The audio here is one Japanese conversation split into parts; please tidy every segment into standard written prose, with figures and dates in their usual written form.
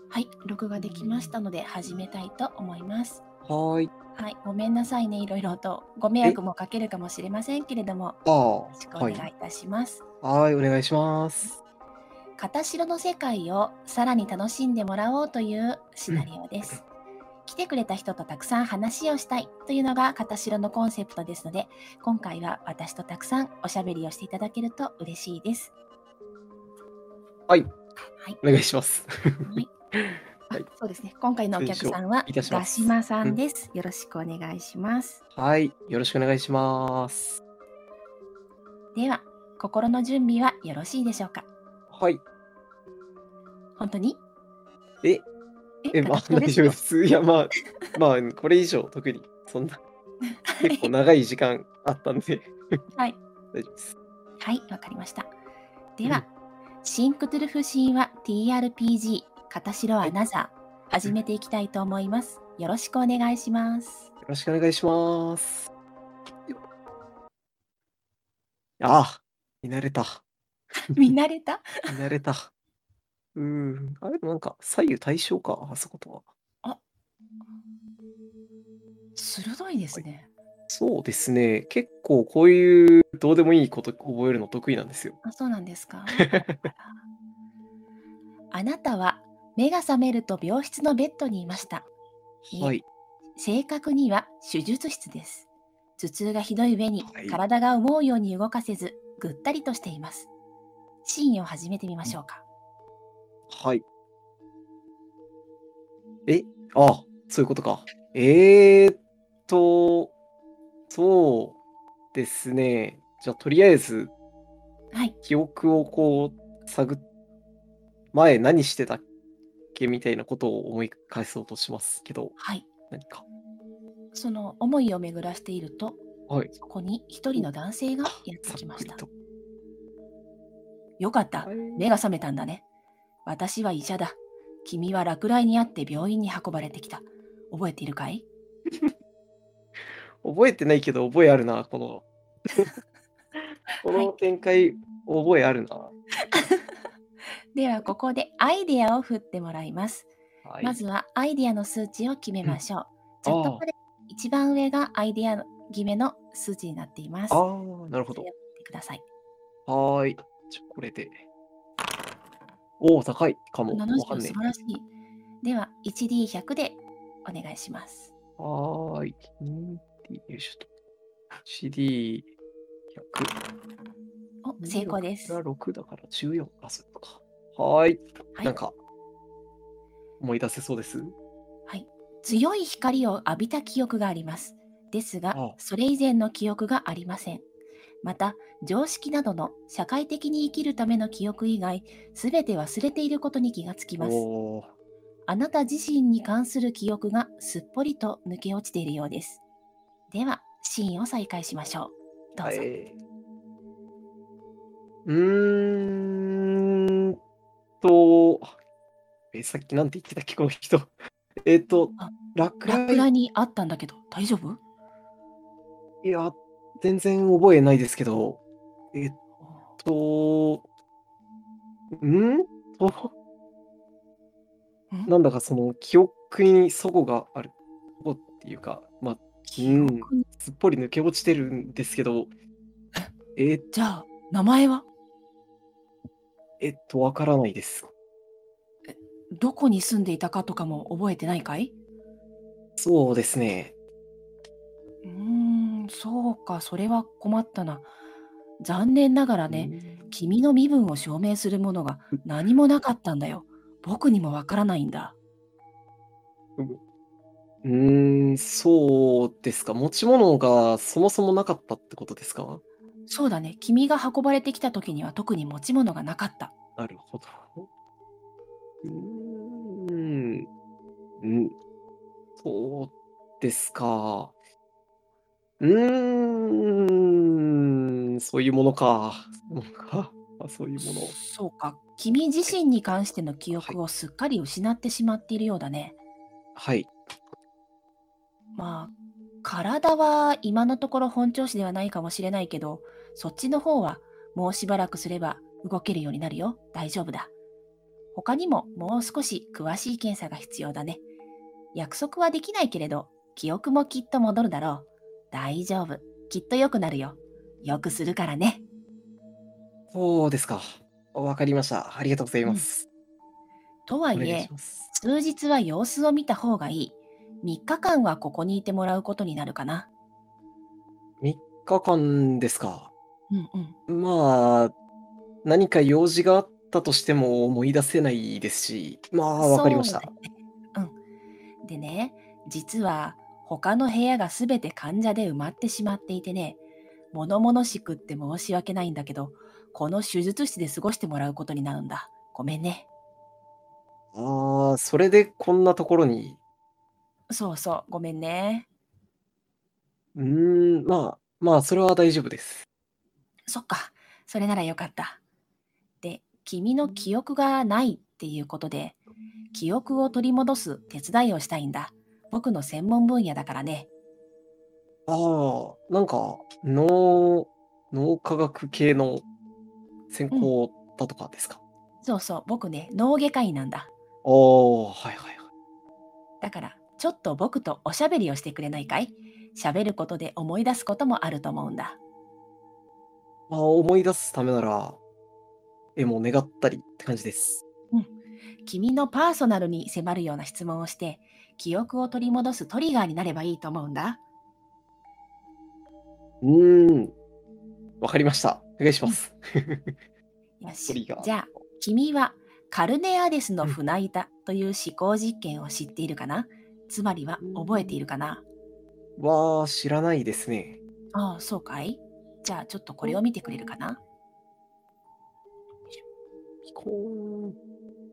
はい、録画できましたので始めたいと思います。 はーい。 はい、ごめんなさいね、いろいろとご迷え、 惑もかけるかもしれませんけれども、 ああ、 よろしくおはい。 願いいたします。 はーい、お願いします。 片白の世界をさらに楽しんでもらおうというシナうん。 リオです。来てくれた人とたくさん話をしたいというのが片白のコンセプトですので、今回は私とたくさんおしゃべりをしていただけると嬉しいです。 はい、 はい。 お願いします。 はい。 はい、 そうですね。今回のお客選書さんはいたしまガシす。 マさうん。 んです。よろしくお願いします。 はい、よろしくお願いします。 では、心の準備はよろしいでしょうか。 はい。 本当にえ、まあ、 片白ですよ。 大丈夫です。いや、これ以上特に、そんな、結構長い時間あったんではい。 大丈夫です。 はい、わかりました。では、 うん。 シンクトゥルフ神話 TRPG 片白はい。 アナザー始めていきたいと思います。よろしくお願いします。 よろしくお願いします。ああ、見慣れた。 見慣れた見慣れた。あれ、なんか、左右対称か、あそことは。 あ、鋭いですはい。 ね。 そうですね。結構こういうどうでもいいこと覚えるの得意なんですよ。 あ、そうなんですか。あらあら。あなたは目が覚めると病室のベッドにいました。いえ、 はい。 正確には手術室です。頭痛がひどい上にはい。 体が思うように動かせず、ぐったりとしています。シーンを始めてみまうん。 しょうか。 はい。え、あ、そういうことか。えーっと、そうですね。じゃあ、とりあえず、 はい。 記憶をこう、前何してたっけみたいなことを思い返そうとしますけど、 はい。 何か。 その思いを巡らしていると、 はい。 そこに一人お、 の男性があ、 やってさっきました。 くりと。 よかった。 はい。 目が覚めたんだね。私は医者だ。君は落雷にあって病院に運ばれてきた。覚えているかい？ 覚えてないけど、覚えあるな、こはい。 の展開、覚えあるな。 では、ここでアイデアを振ってもらいます。 はい。 まずはアイデアの数値を決めましょう。チャットあパネル一番上がアイデア決めの数値になっていまあ、 す。 なるほど。 それを振ってください。 はーい。これで。おお、高いかも。わか 70、 んね素晴らしい。では、1D100 でお願いします。 え。はーい。よいしょと。CD100。 お、成功 26プラです。 6だから14。あ、そういうことか。はーい。 はい。 なんか、思い出せそうです。 はい。強い光を浴びた記憶があります。ですが、 あそれ以前の記憶がありません。また、常識などの社会的に生きるための記憶以外、すべて忘れていることに気がつきます。 おー。 あなた自身に関する記憶がすっぽりと抜け落ちているようです。では、シーンを再開しましょう。どうぞ。 はい。うーんと、さっきなんて言ってたっけ、この人。えっと、 あ、 落落雷雷、 にあったんだけど、大丈夫？ いや、全然覚えないですけど、えっと、んと、 んなんだかその記憶に齟齬がある。齟齬っていうか、 記憶に。 すっぽり抜け落ちてるんですけど、え、 じゃあ、名前はわからないです。 どこに住んでいたかとかも覚えてないかい？ そうですね。 そうか、それは困ったな。残念ながらうーね、 ん、 君の身分を証明するものが何もなかったんだよ。僕にもわからないんだ。 そうですか。持ち物がそもそもなかったってことですか？ そうだね、君が運ばれてきた時には特に持ち物がなかった。 なるほど。うーん、うん、そうですか。そういうものか。そういうもの。 そうか、君自身に関しての記はい。 憶をすっかり失ってしまっているようだね。 はい。 まあ、体は今のところ本調子ではないかもしれないけど、そっちの方はもうしばらくすれば動けるようになるよ。大丈夫だ。 他にももう少し詳しい検査が必要だね。約束はできないけれど、記憶もきっと戻るだろう。大丈夫。きっと良くなるよ。よくするからね。 そうですか。わかりました。ありがとうございうん。 ます。 とはお願いしいえ、 ます。 数日は様子を見た方がいい。3日間はここにいてもらうことになるかな。 3日間ですか。 うんうん。 まあ、何か用事があったとしても思い出せないですし、まあ、わかりました。 そうだよね。うん。でね、実は他の部屋がすべて患者で埋まってしまっていてね、物々しくって申し訳ないんだけど、この手術室で過ごしてもらうことになるんだ。ごめんね。 ああ、それでこんなところに。 そうそう、ごめんね。 まあ、それは大丈夫です。 そっか、それならよかった。で、君の記憶がないっていうことで、記憶を取り戻す手伝いをしたいんだ。僕の専門分野だからね。 ああ、なんか、脳科学系の専うん、 攻だとかですか。 そうそう、僕ね、脳外科医なんだ。 おー、はいはいはい。 だから、ちょっと僕とおしゃべりをしてくれないかい？喋ることで思い出すこともあると思うんだ。 まあ、思い出すためなら、もう願ったりって感じです。 うん。君のパーソナルに迫るような質問をして、記憶を取り戻すトリガーになればいいと思うんだ。 うーん、わかりました。お願いしうん。 ます。 よし。 トリガー。 じゃあ、君はカルネアデスのうん。 船板という思考実験を知っているかな？つまりは覚えているかな？ 知らないですね。 ああ、そうかい？じゃあ、ちょっとこれを見てくれるかな？ ピコーン。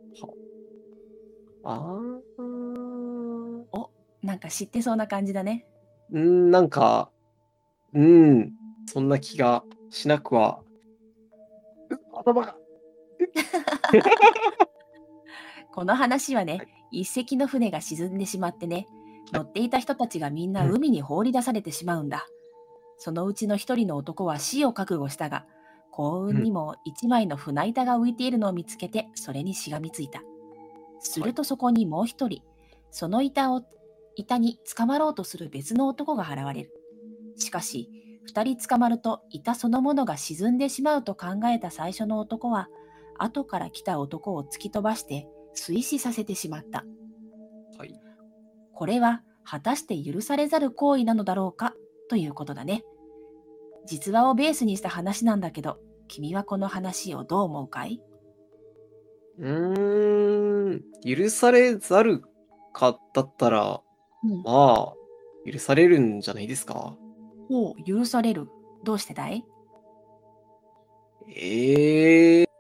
あー。 お、なんか知ってそうな感じだね。 なんか、そんな気がしなくは。頭が。 この話はね、 はい。 一隻の船が沈んでしまってね、 はい。 乗っていた人たちがみんな海に放り出されてしまうんだ。そのうちの一人の男は死を覚悟したが、幸うん。 運にも一枚の船板が浮いているのを見つけて、それにしがみついた。すはい。 るとそこにもう一人、その板に捕まろうとする別の男が現れる。しかし、二人捕まると板そのものが沈んでしまうと考えた最初の男は、後から来た男を突き飛ばして水死させてしまった。 はい。 これは果たして許されざる行為なのだろうかということだね。実話をベースにした話なんだけど、君はこの話をどう思うかい？ 許されざるかだったら、 うん。 まあ、許されるんじゃないですか。 おう、許される。どうしてだい？ ええ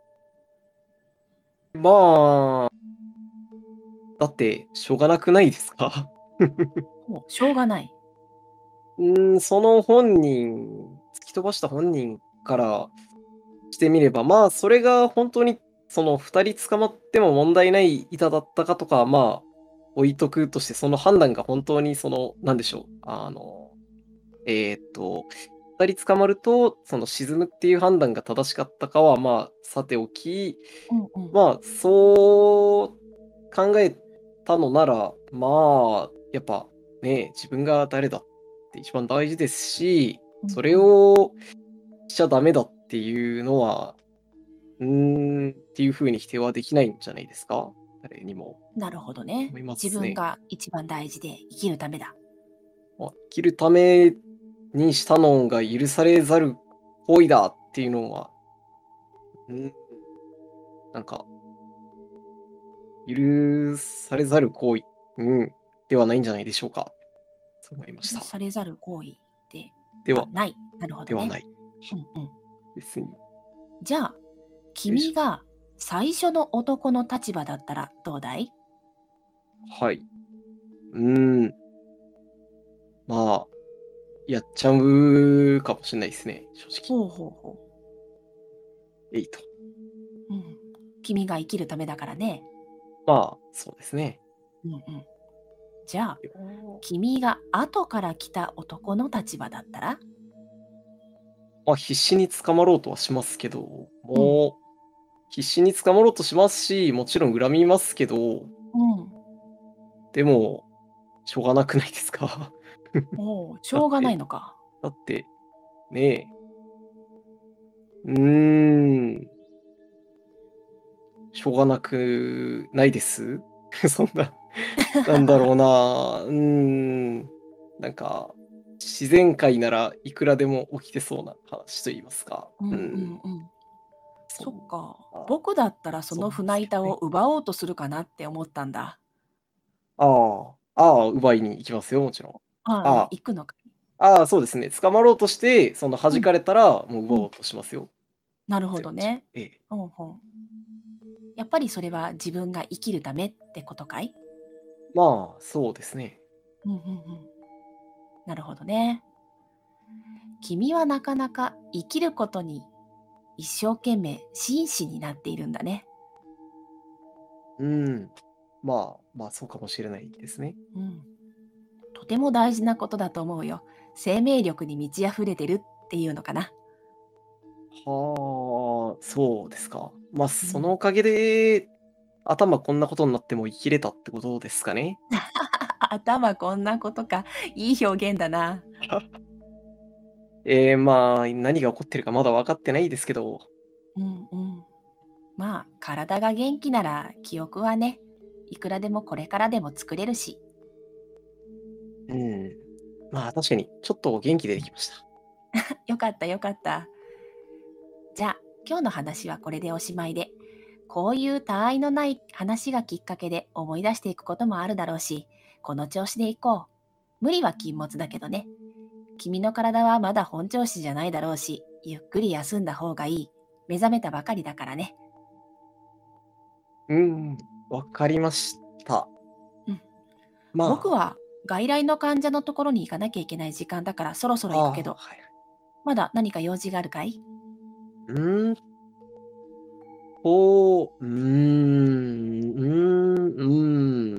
まあ、だって、しょうがなくないですか。 おう、しょうがない。 その本人、突き飛ばした本人からしてみれば、まあ、それが本当に、その二人捕まっても問題ない板だったかとか、まあ、置いとくとして、その判断が本当に、なんでしょう。二人捕まると、その沈むっていう判断が正しかったかは、まあ、さておき、 うんうん。 まあ、そう考えたのなら、まあ、やっぱね、自分が誰だって一番大事ですし、それうんうん。 をしちゃダメだっていうのは、っていうふうに否定はできないんじゃないですか。誰にもなるほどね。 思いま自すね。 分が一番大事で生きるためだ。 まあ、生きるためにしたのが許されざる行為だっていうのは、うん、なんか、許されざる行為、ではないんじゃないでしょうか。そう思いまし許た。 されざる行為ででは、 はない。なるほどね。 ではない。 うんうん。 別に。 じゃあ、 よいしょ。 君が最初の男の立場だったらどうだい？ はい。うーん。まあ、やっちゃうかもしれないですね。正直。 ほうほうほえいと。 う。うん。君が生きるためだからね。 まあ、そうですね。 うんうん。じゃあ、 よ君が後から来た男の立場だったら？ まあ、必死に捕まろうとはしますけど、 うん。 もう、 必死に捕まろうとしますし、もちろん恨みますけど、 うん。 でも、しょうがなくないですか？ おう、しょうがないのか。 だって、ねえ。しょうがなくないです？そんな、なんだろうな。なんか、自然界ならいくらでも起きてそうな話と言いますか。 うんうんうん。 そんそっか。 な、 僕だったらそのそうなんです船板をけどね。 奪おうとするかなって思ったんだ。 奪いに行きますよ、もちろん。 ああ、 あ行くのか。 そうですね。捕まろうとして、その弾うんかれたら、もう奪うん。 おうとしますよ。 なるほ全もちろん。 どね。 ええ。 うんうん。やっぱりそれは自分が生きるためってことかい？ まあ、そうですね。 うんうんうん。なるほどね。君はなかなか生きることに一生懸命真摯になっているんだね。 うん。まあ、そうかもしれないですね。 うん。とても大事なことだと思うよ。生命力に満ち溢れてるっていうのかな。 はあ、そうですか。まあ、 うん。 そのおかげで、頭こんなことになっても生きれたってことですかね。 頭こんなことか。いい表現だな。 まあ、何が起こってるかまだ分かってないですけど、 うんうん。まあ、体が元気なら記憶はね、いくらでもこれからでも作れるし。 うん。まあ、確かに、ちょっと元気出てきました。 よかったよかった。じゃあ、今日の話はこれでおしまいで、こういう他愛のない話がきっかけで思い出していくこともあるだろうし、この調子でいこう。無理は禁物だけどね。君の体はまだ本調子じゃないだろうし、ゆっくり休んだ方がいい。目覚めたばかりだからね。 うん、わかりました。 うん。僕まは外来の患者のところに行かなきゃいけない時間だからそろそろ行くけど、 はい。 まだ何か用事があるかい？ うーんうーん、うーん、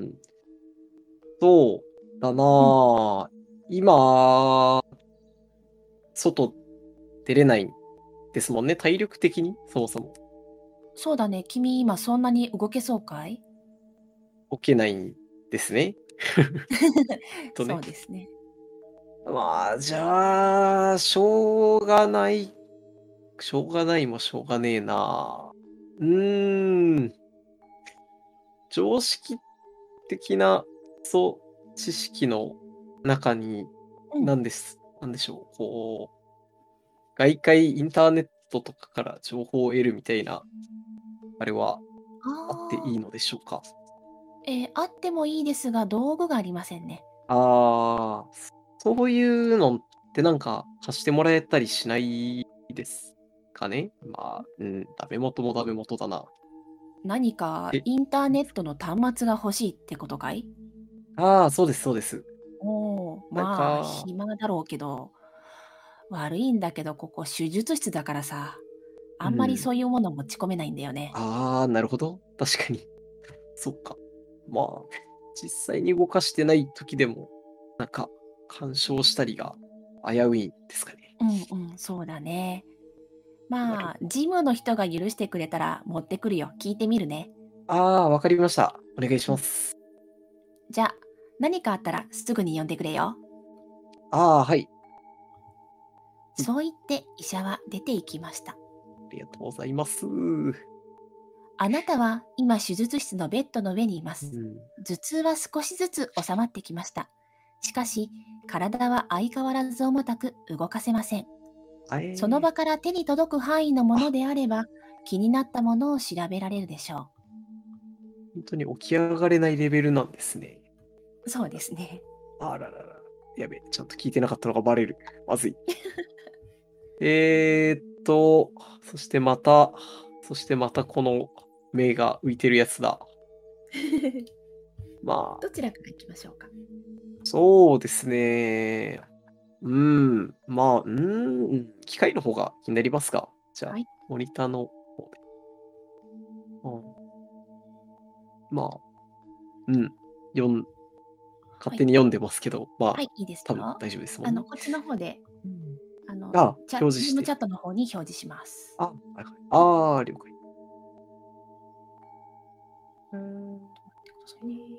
そうだなうん。 あ。今、外出れないんですもんね、体力的に、そもそも。 そうだね。君今そんなに動けそうかい？ 起きないんですね。 そうね。 ですね。 まあ、じゃあ、しょうがないもしょうがねえな。うーん、常識的な、知識の中に、 うん。 なんでしょう、こう、外界インターネットとかから情報を得るみたいな、あれはあっていいああ、 のでしょうか。 あってもいいですが、道具がありませんね。 ああ、そういうのってなんか貸してもらえたりしないですかね。まあ、ダメ元もダメ元だな。 何かえ、 インターネットの端末が欲しいってことかい？ そうです、そうです。 おお、 なんまあ、 か、 暇だろうけど、悪いんだけど、ここ手術室だからさ、あんまりうん。 そういうもの持ち込めないんだよね。 なるほど。確かに。そっか。まあ、実際に動かしてない時でも、なんか、干渉したりが危ういんですかね。 うんうん、そうだね。まあ、 なるほど。 ジムの人が許してくれたら持ってくるよ。聞いてみるね。 わかりました。お願いしうん。 ます。 じゃあ、何かあったらすぐに呼んでくれよ。 はい。うん、 そう言って医者は出て行きました。 ありがとうございます。 あなたは今手術室のベッドの上にいます。 うん。 頭痛は少しずつ収まってきました。しかし、体は相変わらず重たく動かせません。その場から手に届く範囲のものあ、 であれば、気になったものを調べられるでしょ本当に起き上がれないレベルなんですね。 う。そうですね。 あららら。やべ、ちゃんと聞いてなかったのがバレる。まずい。そしてまた、この目が浮いてるやつだ。まあ、 どちらから行きましょうか。 そうですね。機械の方が気になりますか？じゃあ、 はい。 モニターの方で。うん、まあ、うん、読ん、勝はい。 手に読んでますけど、まあ、 はい、いいですよ。 多分大丈夫ですもんね。 こっちの方で、 表示して。 ズームチャットの方に表示します。 はいはい。了解。 ださいね。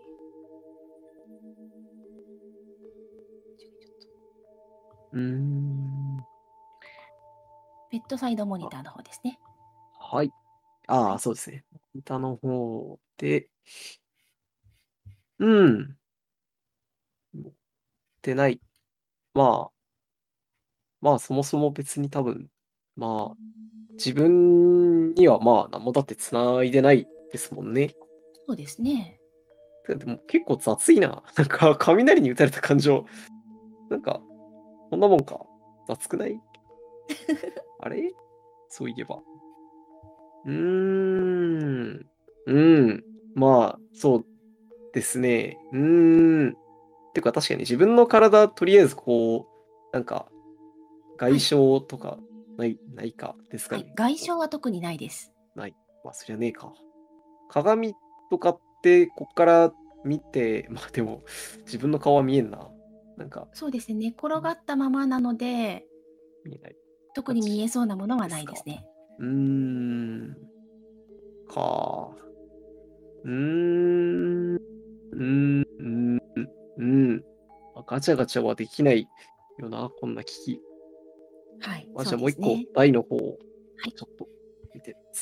ベッドサイドモニターの方ですね。 はい。ああ、そうですね。モニターの方で、持ってない。まあ、そもそも別に多分、まあ、自分にはまあ、何もだって繋いでないですもんね。 そうですね。 でも結構雑いな。なんか、雷に打たれた感情。なんか、こんなもんか。雑くないあれそういえば。まあ、そうですね。てか確かに自分の体、とりあえずこう、なんか、外傷とかないかですかはい。 ね。 外傷は特にないです。 ない。まあ、そりゃねえか。鏡とかって、こっから見て、まあでも、自分の顔は見えんな。なんか、 そうですね。寝転がったままなので、 見えない。 特に見えそうなものはですか。 ないですね。 うーん。か。うーん。うーん。うん。ガチャガチャはできないよな、こんな機器。 はい。 じそゃあもう一個、 うですね。 台の方をはい。 ちょっと見てみます。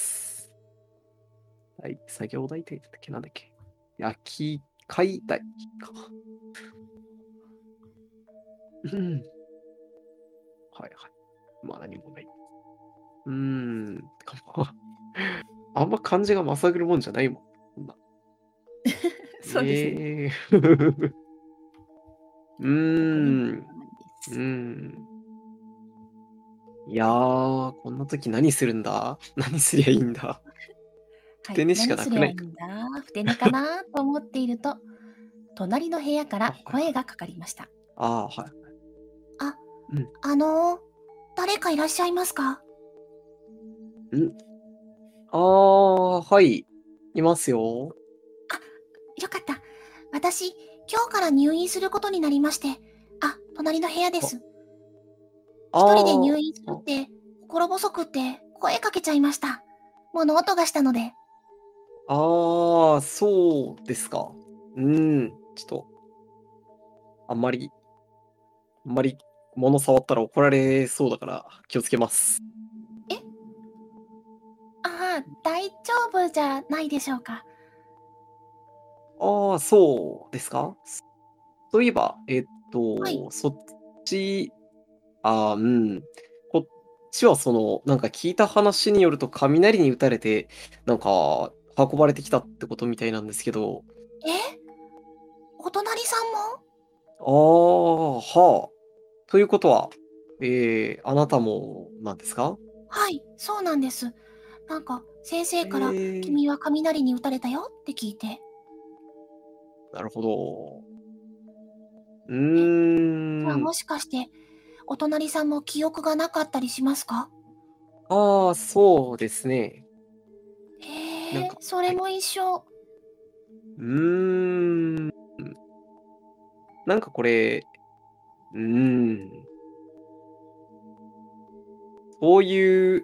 はい、作業台って言ったっけなんだっけ焼き解台か。はいはい。まあ何もない。あんま漢字がまさぐるもんじゃないもん。そんなそうですね。 えーうー特にん。 ないでうーす。 ん。いやー、こんな時何するんだ何すりゃいいんだふはい。 て寝しか何すりゃいいなくないか。 んだふて寝かなと思っていると、隣の部屋からはいはい。 声がかかりました。 ああ、はい。 あ、 うん。 誰かいらっしゃいますか？ んああ、はい。いますよ。 よかった。私、今日から入院することになりまして。隣の部屋であ、 す。一人で入院するあって、心細くって声かけちゃいました。物音がしたので。 そうですか。ちょっと、あんまり、物触ったら怒られそうだから気をつけます。 え大丈夫じゃないでしょうか。 そうですか。そういえば、 はい。 そっち、こっちはなんか聞いた話によると雷に打たれて、なんか運ばれてきたってことみたいなんですけど、 えお隣さんも？ はあ。ということは、あなたもなんですかはい、そうなんです。なんか、先生えからー、 君は雷に打たれたよって聞いて。 なるほど。うえ、じーん。 ゃあもしかして、お隣さんも記憶がなかったりしますか？ そうですね。なんか、 そはい。 れも一緒。 うーん。なんかこれ、うーん。そういう、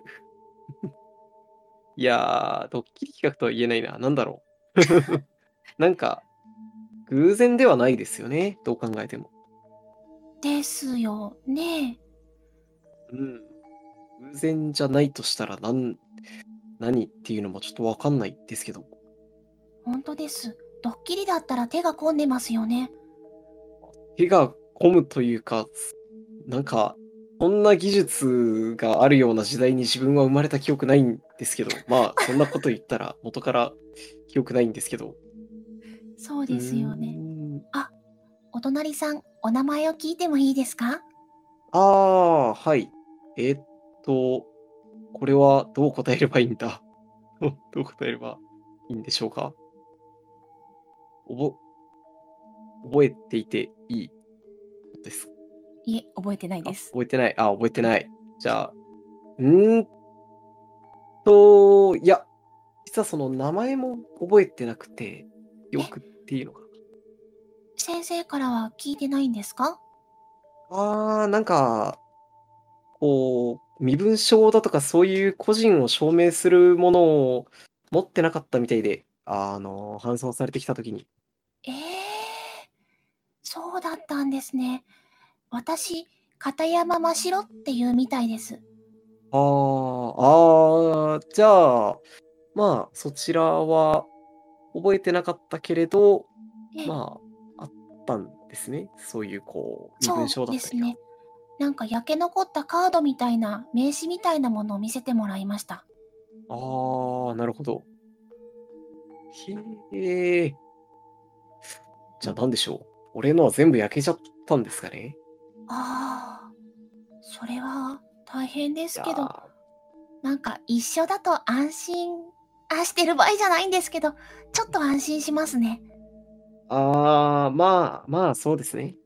いやー、ドッキリ企画とは言えないな。なんだろう。なんか、偶然ではないですよね。どう考えても。 ですよね。 うん。偶然じゃないとしたら何っていうのもちょっとわかんないですけど。 ほんとです。ドッキリだったら手が込んでますよね。 手が込むというか、なんか、そんな技術があるような時代に自分は生まれた記憶ないんですけど、まあ、そんなこと言ったら元から記憶ないんですけど。うーそうですよね。 ん。 あ、お隣さん、お名前を聞いてもいいですか？ はい。えーっと、これはどう答えればいいんだどう答えればいいんでしょうかおぼ、覚えていていいです。 いえ、覚えてないです。 覚えてない。覚えてはい。 ない。じゃあ、いや、実はその名前も覚えてなくて、記え、 憶っていうのが。 先生からは聞いてないんですか？ なんか、こう、身分証だとかそういう個人を証明するものを持ってなかったみたいで、 搬送されてきたときに。 ええ、そうだったんですね。私、片山真白っていうみたいです。 じゃあ、まあ、そちらは覚えてなかったけれど、 ええ、 まあ、あったんですね。そういう、身分そう証だったりが。 ですね。なんか焼け残ったカードみたいな、名刺みたいなものを見せてもらいました。 なるほど。へえ。じゃあ何でしょう。俺のは全部焼けちゃったんですかね。 ああ、それは大変でいやすけど、 ー、 なんか一緒だと安心、してる場合じゃないんですけど、ちょっと安心しますね。 まあ、まあ、そうですね。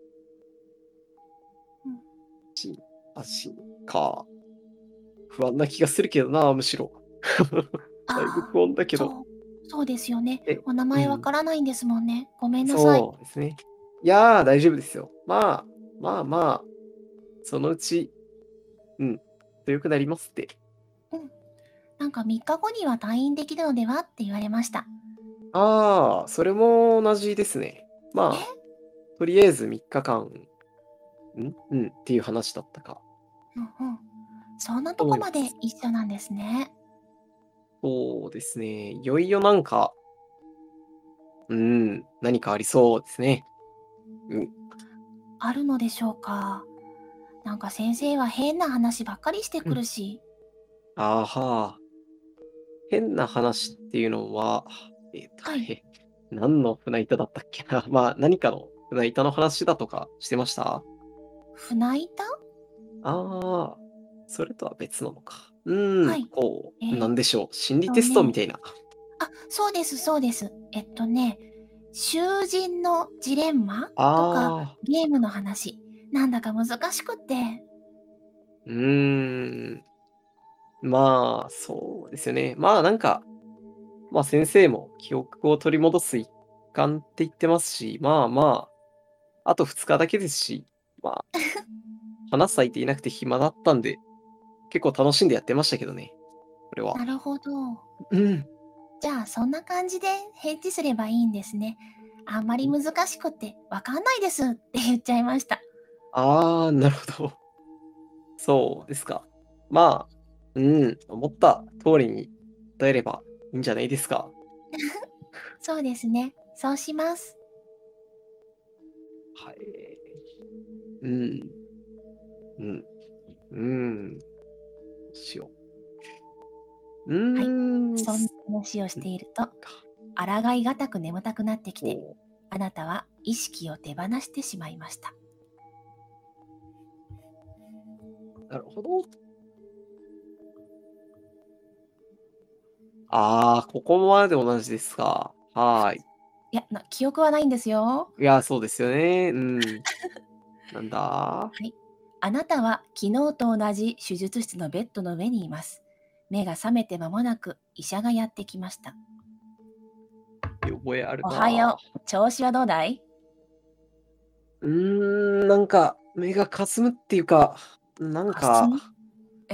うん、 し、足か。不安な気がするけどな、むしろ。だいぶああ、 不安だけど。 そうですよね。 え、 お名前わうん。 からないんですもんね。ごめんなさい。 そうですね。いやー、大丈夫ですよ。まあ、そのうち、うん、良くなりますって。 うん。なんか3日後には退院できるのではって言われました。 それも同じですね。まあ、 え、 とりあえず3日間、っていう話だったかうんうん。そんなとこまでと思います。 一緒なんですね。 そうですね。いよいよなんか、何かありそうですね。うん。 あるのでしょうか。なんか先生は変な話ばっかりしてうん。 くるし。 あーはー。変な話っていうのは、 はい。 あれ、何の船板だったっけな。まあ、何かの船板の話だとかしてました？ 船板。 ああー、それとは別なのか。 はい。 なんでしょう。心理テストみね、 たいな。 そうです、そうです。囚人のジレンマとかああ、 ゲームの話。なんだか難しくって。 うーん。まあ、そうですよね。まあ、なんか、まあ、先生も記憶を取り戻す一環って言ってますし、まあまあ、あと2日だけですし、まあ、花咲いていなくて暇だったんで、結構楽しんでやってましたけどね。これは。 なるほど。 うん。 じゃあ、そんな感じで返事すればいいんですね。あんまり難しくってわかんないですって言っちゃいました。 なるほど。そうですか。まあ、思った通りに答えればいいんじゃないですか。 そうですね。そうします。 はい。うん、うん、うん、しよう。 はい。 んそんな話をしていると、抗いがたく眠たくなってきて、 おあなたは意識を手放してしまいました。 なるほど。ここまで同じですか。はーい。 いや、記憶はないんですよ。 いや、そうですよね。なんだ？ はい。あなたは昨日と同じ手術室のベッドの上にいます。目が覚めて間もなく医者がやってきました。 見覚えあるおはな。 よう。調子はどうだい？ なんか、目がかすむっていうか、なんか、 かすみ。うん。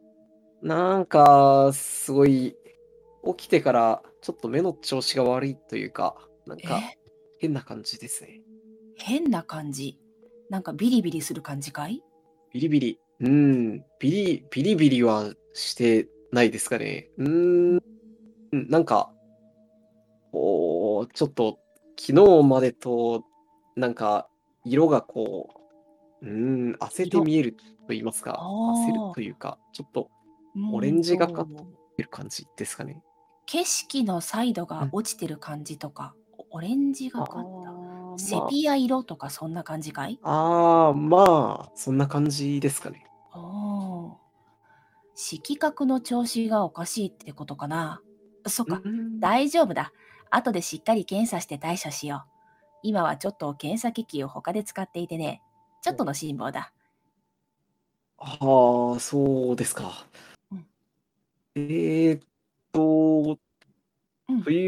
すごい、起きてからちょっと目の調子が悪いというか、なんか、 え、 変な感じですね。 変な感じ。なんかビリビリする感じかい？ ビリビリ。ビリビリはしてないですかね。なんか、ちょっと、昨日までと、なんか、色が焦って色。 見えると言いますか、焦るああ、 というか、ちょっと、 うオレーんンジがかっと、 てる感じですかね。 景色のサイドうん。 が落ちてる感じとか、オレンジがかった。セまピア色とかそんな感じかい？ そんな感じですかね。 ああ、色覚の調子がおかしいってことかな。そっうーか、 ん。 大丈夫だ。後でしっかり検査して対処しよう。今はちょっと検査機器を他で使っていてね、ちょっとの辛抱だ。 そうですか。 うん、 えーっと、 うん、 という、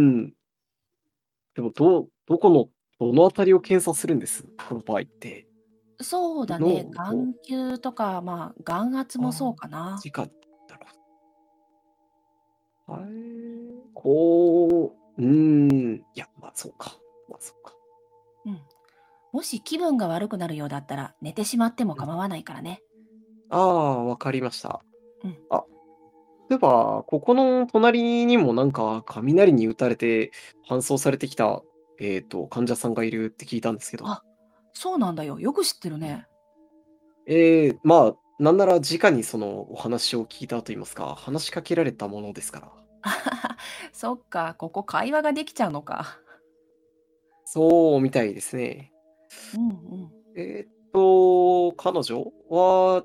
でも、どのあたりを検査するんですこの場合って。 そうだね、 脳と、 眼球とか、まあ、眼圧もそうかな。 時間だろう。はい。 いや、まあそうか。まあそうか。 うん。もし気分が悪くなるようだったら寝てしまってもうん。 構わないからね。 ああ、わかりました。 うん。 あ、例えば、ここの隣にもなんか雷に打たれて搬送されてきた、患者さんがいるって聞いたんですけど。 あ、そうなんだよ。よく知ってるね。 まあ、なんなら直にそのお話を聞いたと言いますか、話しかけられたものですから。 あははそっか、ここ会話ができちゃうのか。 そうみたいですね。 うんうん。 彼女は、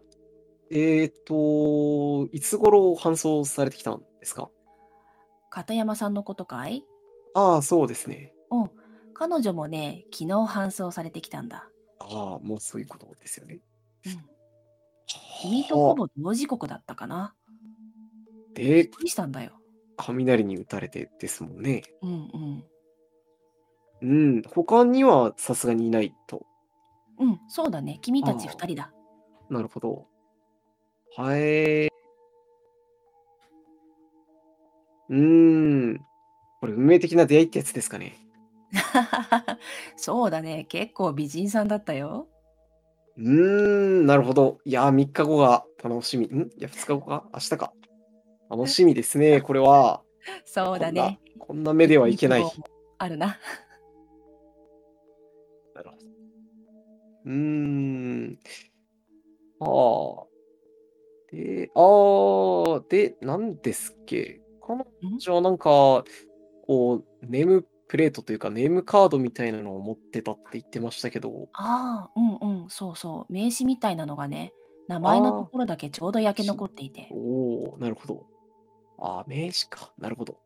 いつ頃搬送されてきたんですか？ 片山さんのことかい？ ああ、そうですね。 うん。彼女もね、昨日搬送されてきたんだ。 ああ、もうそういうことですよね。 うん。君とほはあ。 ぼ同時刻だったかな。びっで、 くりしたんだよ。 雷に打たれてですもんね。 うんうん。 うん、他にはさすがにいないと。 うん、そうだね。君たちああ、 二人だ。 なるほど。はえこれ運命的な出会いってやつですかね。 そうだね。結構美人さんだったよ。 なるほど。いや、3日後が楽しみ。いや、2日後か明日か。楽しみですね、これは。こんなそうだね。 こんな目で一はいけない。 日後もあるな。 なるほど。うーん。ああ。なんですっけ。彼ん女はなんか、こう、ネームプレートというか、ネームカードみたいなのを持ってたって言ってましたけど。 ああ、うんうん、そうそう。名刺みたいなのがね、名前のとああ、 ころだけちょうど焼け残っていて。 おお、なるほど。ああ、名刺か。なるほど。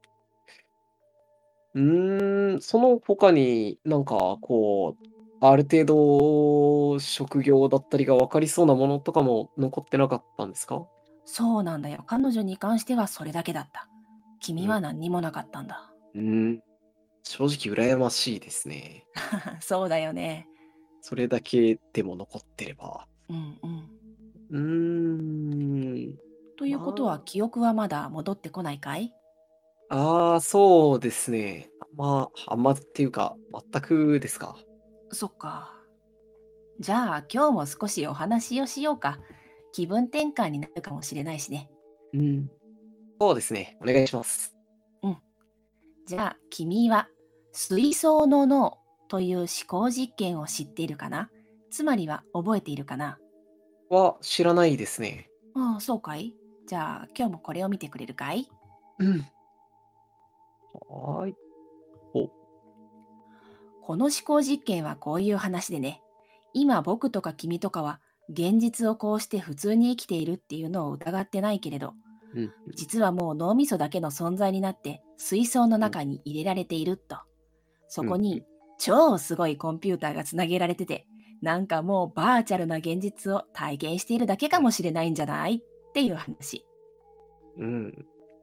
その他になんかこう、ある程度職業だったりが分かりそうなものとかも残ってなかったんですか？ そうなんだよ。彼女に関してはそれだけだった。君うん。 は何にもなかったんだ。 うーん、正直羨ましいですね。 そうだよね。 それだけでも残ってれば。 うんうん。 うーん。 ということはま記憶はまだ戻ってこないかい？ そうですね。あんまっていうか、全くですか。 そっか。じゃあ今日も少しお話をしようか。気分転換になるかもしれないしね。 うん。そうですね。お願いします。 うん。じゃあ君は水槽の脳という思考実験を知っているかな？つまりは覚えているかな？ 知らないですね。 ああ、そうかい？じゃあ今日もこれを見てくれるかい？ うん。はーい。お、 この思考実験はこういう話でね、今僕とか君とかは現実をこうして普通に生きているっていうのを疑ってないけれど、 うん、 実はもう脳みそだけの存在になって水槽のうん、 中に入れられていると。そうん、うん。 こに超すごいコンピューターがつなげられてて、なんかもうバーチャルな現実を体験しているだけかもしれないんじゃないっていう話。 うん、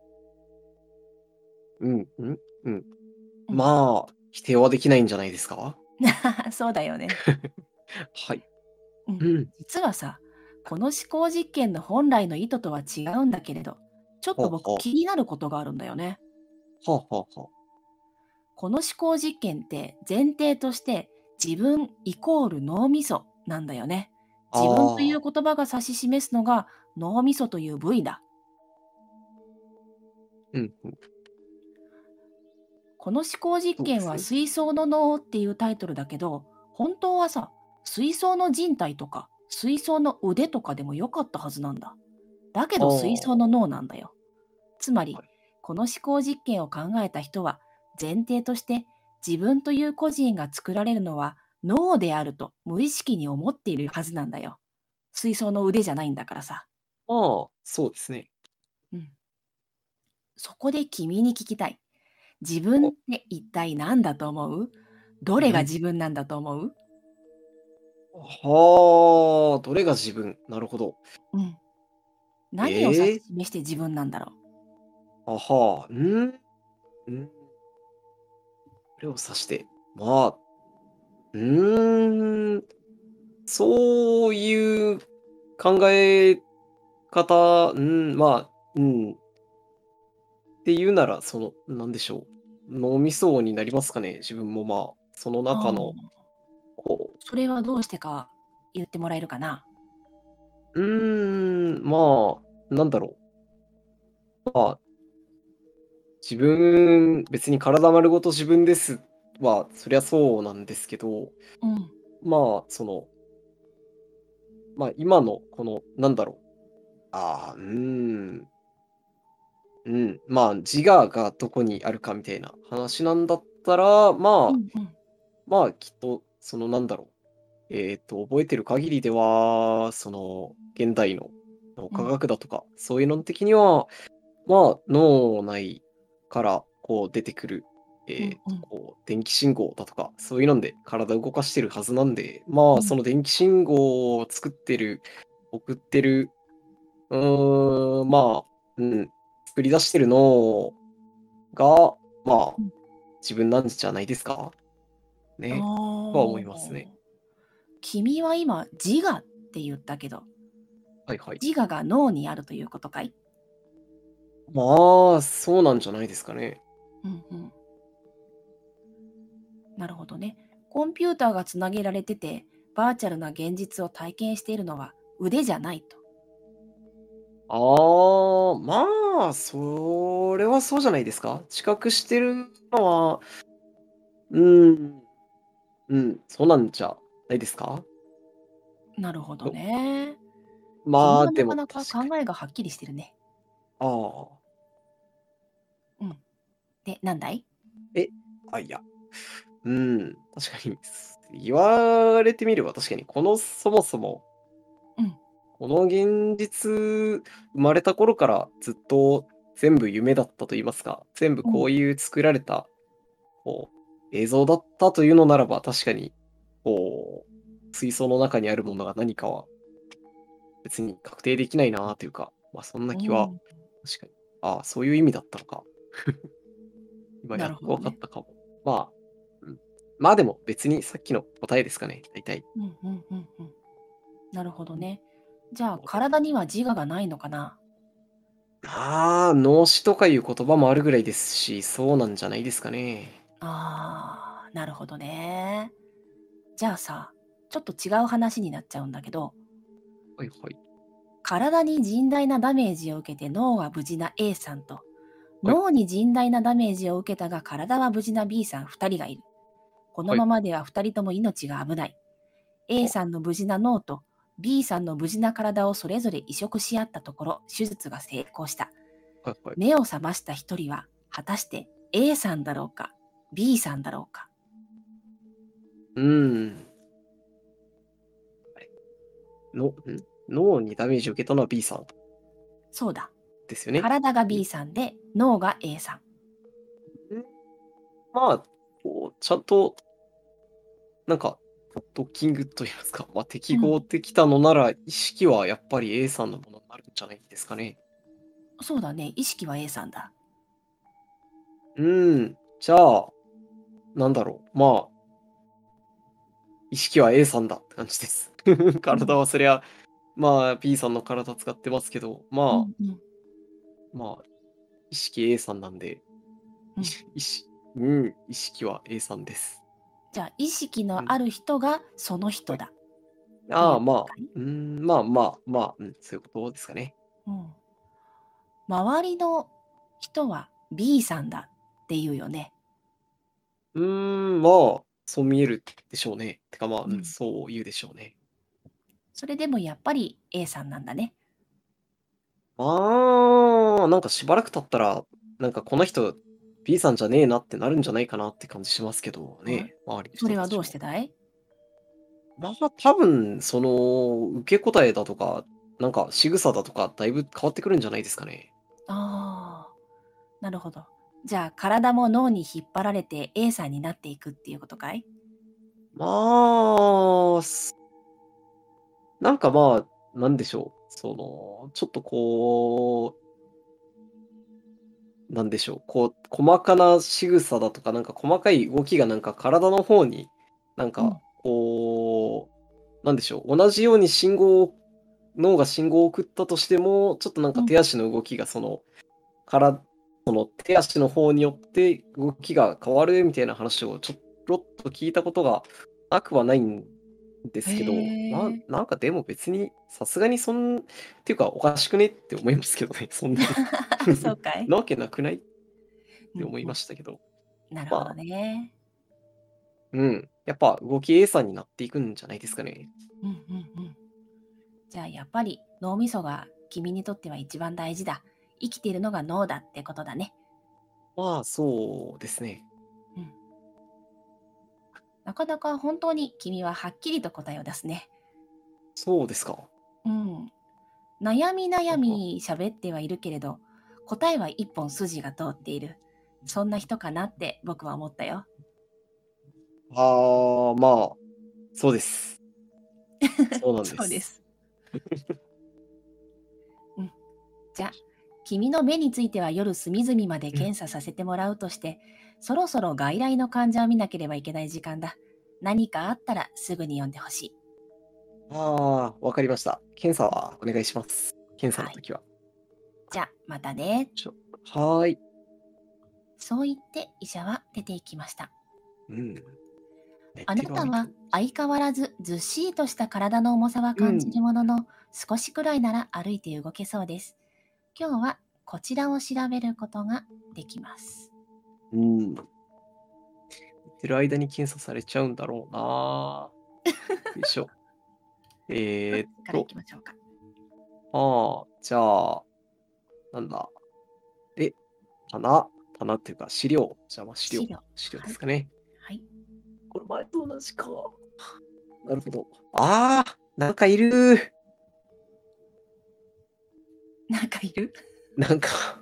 うん、うん、うん。 うん。 まあ、否定はできないんじゃないですか？ そうだよね。 はい。 うん。 うん。 実はさ、この思考実験の本来の意図とは違うんだけれど、ちょっと僕はあは気になることがあるんだよね。 あ、はあはあはあ。 この思考実験って前提として自分イコール脳みそなんだよね。自分というああ、 言葉が指し示すのが脳みそという部位だ。 うん、うん。 この思考実験はそうですね。 水槽の脳っていうタイトルだけど、本当はさ、水槽の人体とか水槽の腕とかでもよかったはずなんだ。だけあど水槽のあ、 脳なんだよ。つまり、 はい。 この思考実験を考えた人は、前提として自分という個人が作られるのは脳であると無意識に思っているはずなんだよ。水槽の腕じゃないんだからさ。 そうですね。 うん。そこで君に聞きたい。自分っお、 て一体何だと思う？どれがうん。 自分なんだと思う？ はあ、どれが自分なるほど。 うん。何を指しええ、 示して自分なんだろあはあ、うん、これを指して。まあ、うーん、そういう考え方、まあ、 っていうなら、なんでしょう。脳みそになりますかね。自分もまあ、その中の、 ああ、 こそれはどうしてか言ってもらえるかな。 まあ、なんだろう。まあ、別に体丸ごと自分ですは、そりゃそうなんですけど、 うん。 まあ、まあ、今の、なんだろう。まあ、自我がどこにあるかみたいな話なんだったら、 うんうん。 まあ、きっと、なんだろう。覚えてる限りでは、現代の科うん。 学だとか、そういうの的には、まあ、脳内からこう出てくる、 うんうん。 電気信号だとか、そういうので体を動かしてるはずなんで、まあ、そうん。 の電気信号を作ってる、送ってる、まあ、作り出してる脳が、まあ、 うん。 自分なんじゃないですかあね、とは思いますね。 あ。君は今、自我って言ったけど、 はいはい。 自我が脳にあるということかい？ まあ、そうなんじゃないですかね。 うんうん。なるほどね。コンピューターがつなげられてて、バーチャルな現実を体験しているのは腕じゃないと。 まあ、それはそうじゃないですか。知覚してるのは、うーん、そうなんじゃないですか。 なるほどとね。君まあ、でもはなかなか確かに。 考えがはっきりしてるね。 ああ、 うん。で、なんだい？ え、いや、確かに、言われてみれば確かに、そもそも、 うん。 この現実、生まれた頃からずっと全部夢だったと言いますか、全部うん。 こういう作られた映像だったというのならば、確かに、水槽の中にあるものが何かは別に確定できないなというか、まあそんな気は、 うん。 確かに。そういう意味だったのか。今なやっと分るほどね。 かったかも。まあ、まあでも別にさっきの答えですかね、大体。 うんうんうんうん。なるほどね。じゃあ、体には自我がないのかな？ 脳死とかいう言葉もあるぐらいですし、そうなんじゃないですかね。 ああ、なるほどね。じゃあさ、ちょっと違う話になっちゃうんだけど、 はいはい。 体に甚大なダメージを受けて脳は無事な A さんと、 はい脳に甚大なダメージを受けたが体は無事な B さん2人がいる。このはい。 ままでは2人とも命が危ない。A さんの無事な脳と B さんの無事な体をそれぞれ移植し合ったところ、手術が成功した。 はいはい。 目を覚ました1人は、果たして A さんだろうか、B さんだろうか。 うーん。の、脳にダメージを受けたのは B さんそうだ。 ですよね。 体がん B さんで、脳が A さん。 まあ、ちゃんと、なんか、ドッキングと言いますか、まあ、適うん。 合できたのなら、意識はやっぱり A さんのものになるんじゃないですかね。 そうだね。意識は A さんだ。 じゃあ、なんだろう。まあ、意識は A さんだって感じです。 うん。 体はそりゃ、まあ、B さんの体使ってますけど、 うんうん。 まあ、意識 A さんなんで、 うん。 意識は A さんです。 じゃあ、意識うん。 のある人がそのはい。 人だっていうまあ、 かい？ そういうことですかね。 うん。周りの人は B さんだっていうよね。 まあ、そう見えるでしょうね。てかまあ、 うん。 そう言うでしょうね。 それでもやっぱり A さんなんだね。 なんかしばらく経ったら、なんかこの人 B さんじゃねえなってなるんじゃないかなって感じしますけどあ、 ね、周りのそれはどうし人たちも。 てだい？ まあ、多分、受け答えだとか、なんか仕草だとか、だいぶ変わってくるんじゃないですかね。 ああ、なるほど。じゃあ、体も脳に引っ張られて A さんになっていくっていうことかい？ まあ、なんかまあ、なんでしょう。ちょっとなんでしょう。細かな仕草だとか、なんか細かい動きがなんか体の方に、なんか、 うん。 なんでしょう。同じように脳が信号を送ったとしても、ちょっとなんかうん。 手足の動きがから、 その手足の方によって動きが変わるみたいな話をちょろっと聞いたことがなくはないんですけど、 へなんかでも別にさすがにっていうかおかしくねって思いますけどね、そんなに。 え。そうかい。 なわけなくないっうんて思いうん。 ましたけど。 なるほどまあ、 ね。 やっぱ動き A さんになっていくんじゃないですかね。 うんうんうん。じゃあやっぱり脳みそが君にとっては一番大事だ。生きているのが脳だってことだね。 まあ、そうですね。 うん。なかなか本当に君ははっきりと答えを出すね。 そうですか。 うん。悩み悩ははみ喋ってはいるけれど、答えは一本筋が通っている。そんな人かなって僕は思ったよ。 まあ、そうです。そうなんです。 そうです。うん。じゃあ、君の目については夜隅々までうん。 検査させてもらうとして、そろそろ外来の患者を見なければいけない時間だ。何かあったらすぐに呼んでほしい。 わかりました。検査はお願いします。検査はい。 の時は。 じゃあ、またね。 はーい。 そう言って医者は出て行きました。 うん。寝あなたはてる間に。 相変わらずずっしりとした体の重さは感じうん。 るものの、少しくらいなら歩いて動けそうです。今日はこちらを調べることができます。 うん。寝てる間に検査されちゃうんだろうな。よいしょ。 どっちから行きましょうか。 じゃあ、なんだ。え、棚っていうか資料。じゃあ、資料。 資料。 資料ではい。 すかね。 はい。 これ前と同じか。なるほど。なんかいる。 なんかいる？ なんか、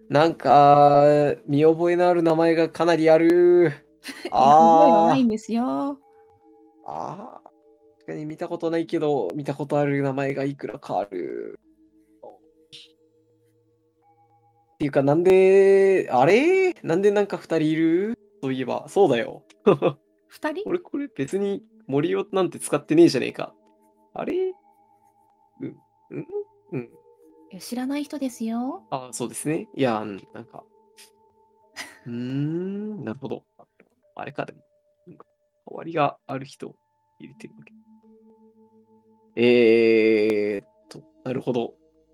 見覚えのある名前がかなりある。 いや、覚えはないんあですよ。 確かに見たことないけど、見たことある名前がいくらかある。っていうか、なんでなんか二人いるそういえば、そうだよ。 二人？ 俺これ別に森尾なんて使ってねえじゃねえか。あれうん、うん、うん。 いや知らない人ですよ。 そうですね。いや、なんか、なるほど。あれか、でも。なんか変わりがある人を入れてるわけ。なるほど。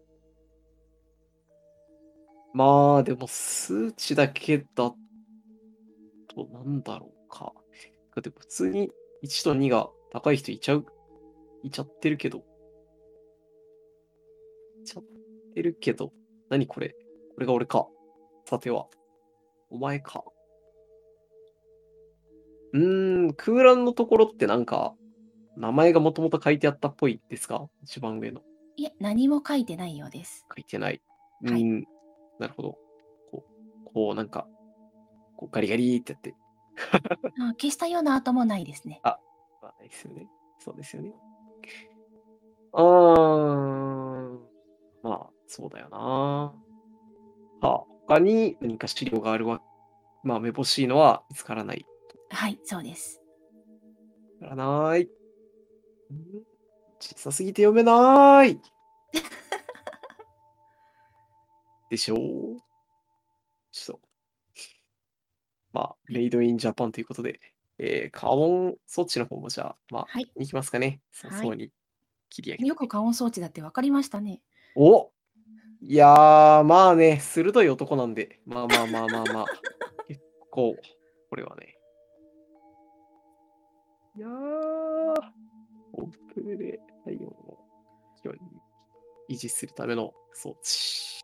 まあ、でも数値だけだとなんだろうか。でも普通に1と2が高い人いちゃってるけど、何これこれが俺か。さては、お前か。空欄のところってなんか、名前がもともと書いてあったっぽいですか一番上の。 いえ、何も書いてないようです。 書いてない。 はい。 なるほど。なんか、ガリガリってやって。 消したような跡もないですね。 ないですよね。そうですよね。うーん。まあ、そうだよな。他に何か資料があるまあ、めぼしいのは見つからない。 はい、そうです。 見つからない。小さすぎて読めない。でしょう。ちょっと、まあ、 はい。 メイドインジャパンということで、加温装置の方もじゃあ、まあ、 はい。 いきますかね。早はい。 々に切り上げて。 よく加温装置だって分かりましたね。 おいやまあね、鋭い男なんで、まあまあまあまあまあ、結構、これはね。いやオープンで体温を気温に維持するための装置。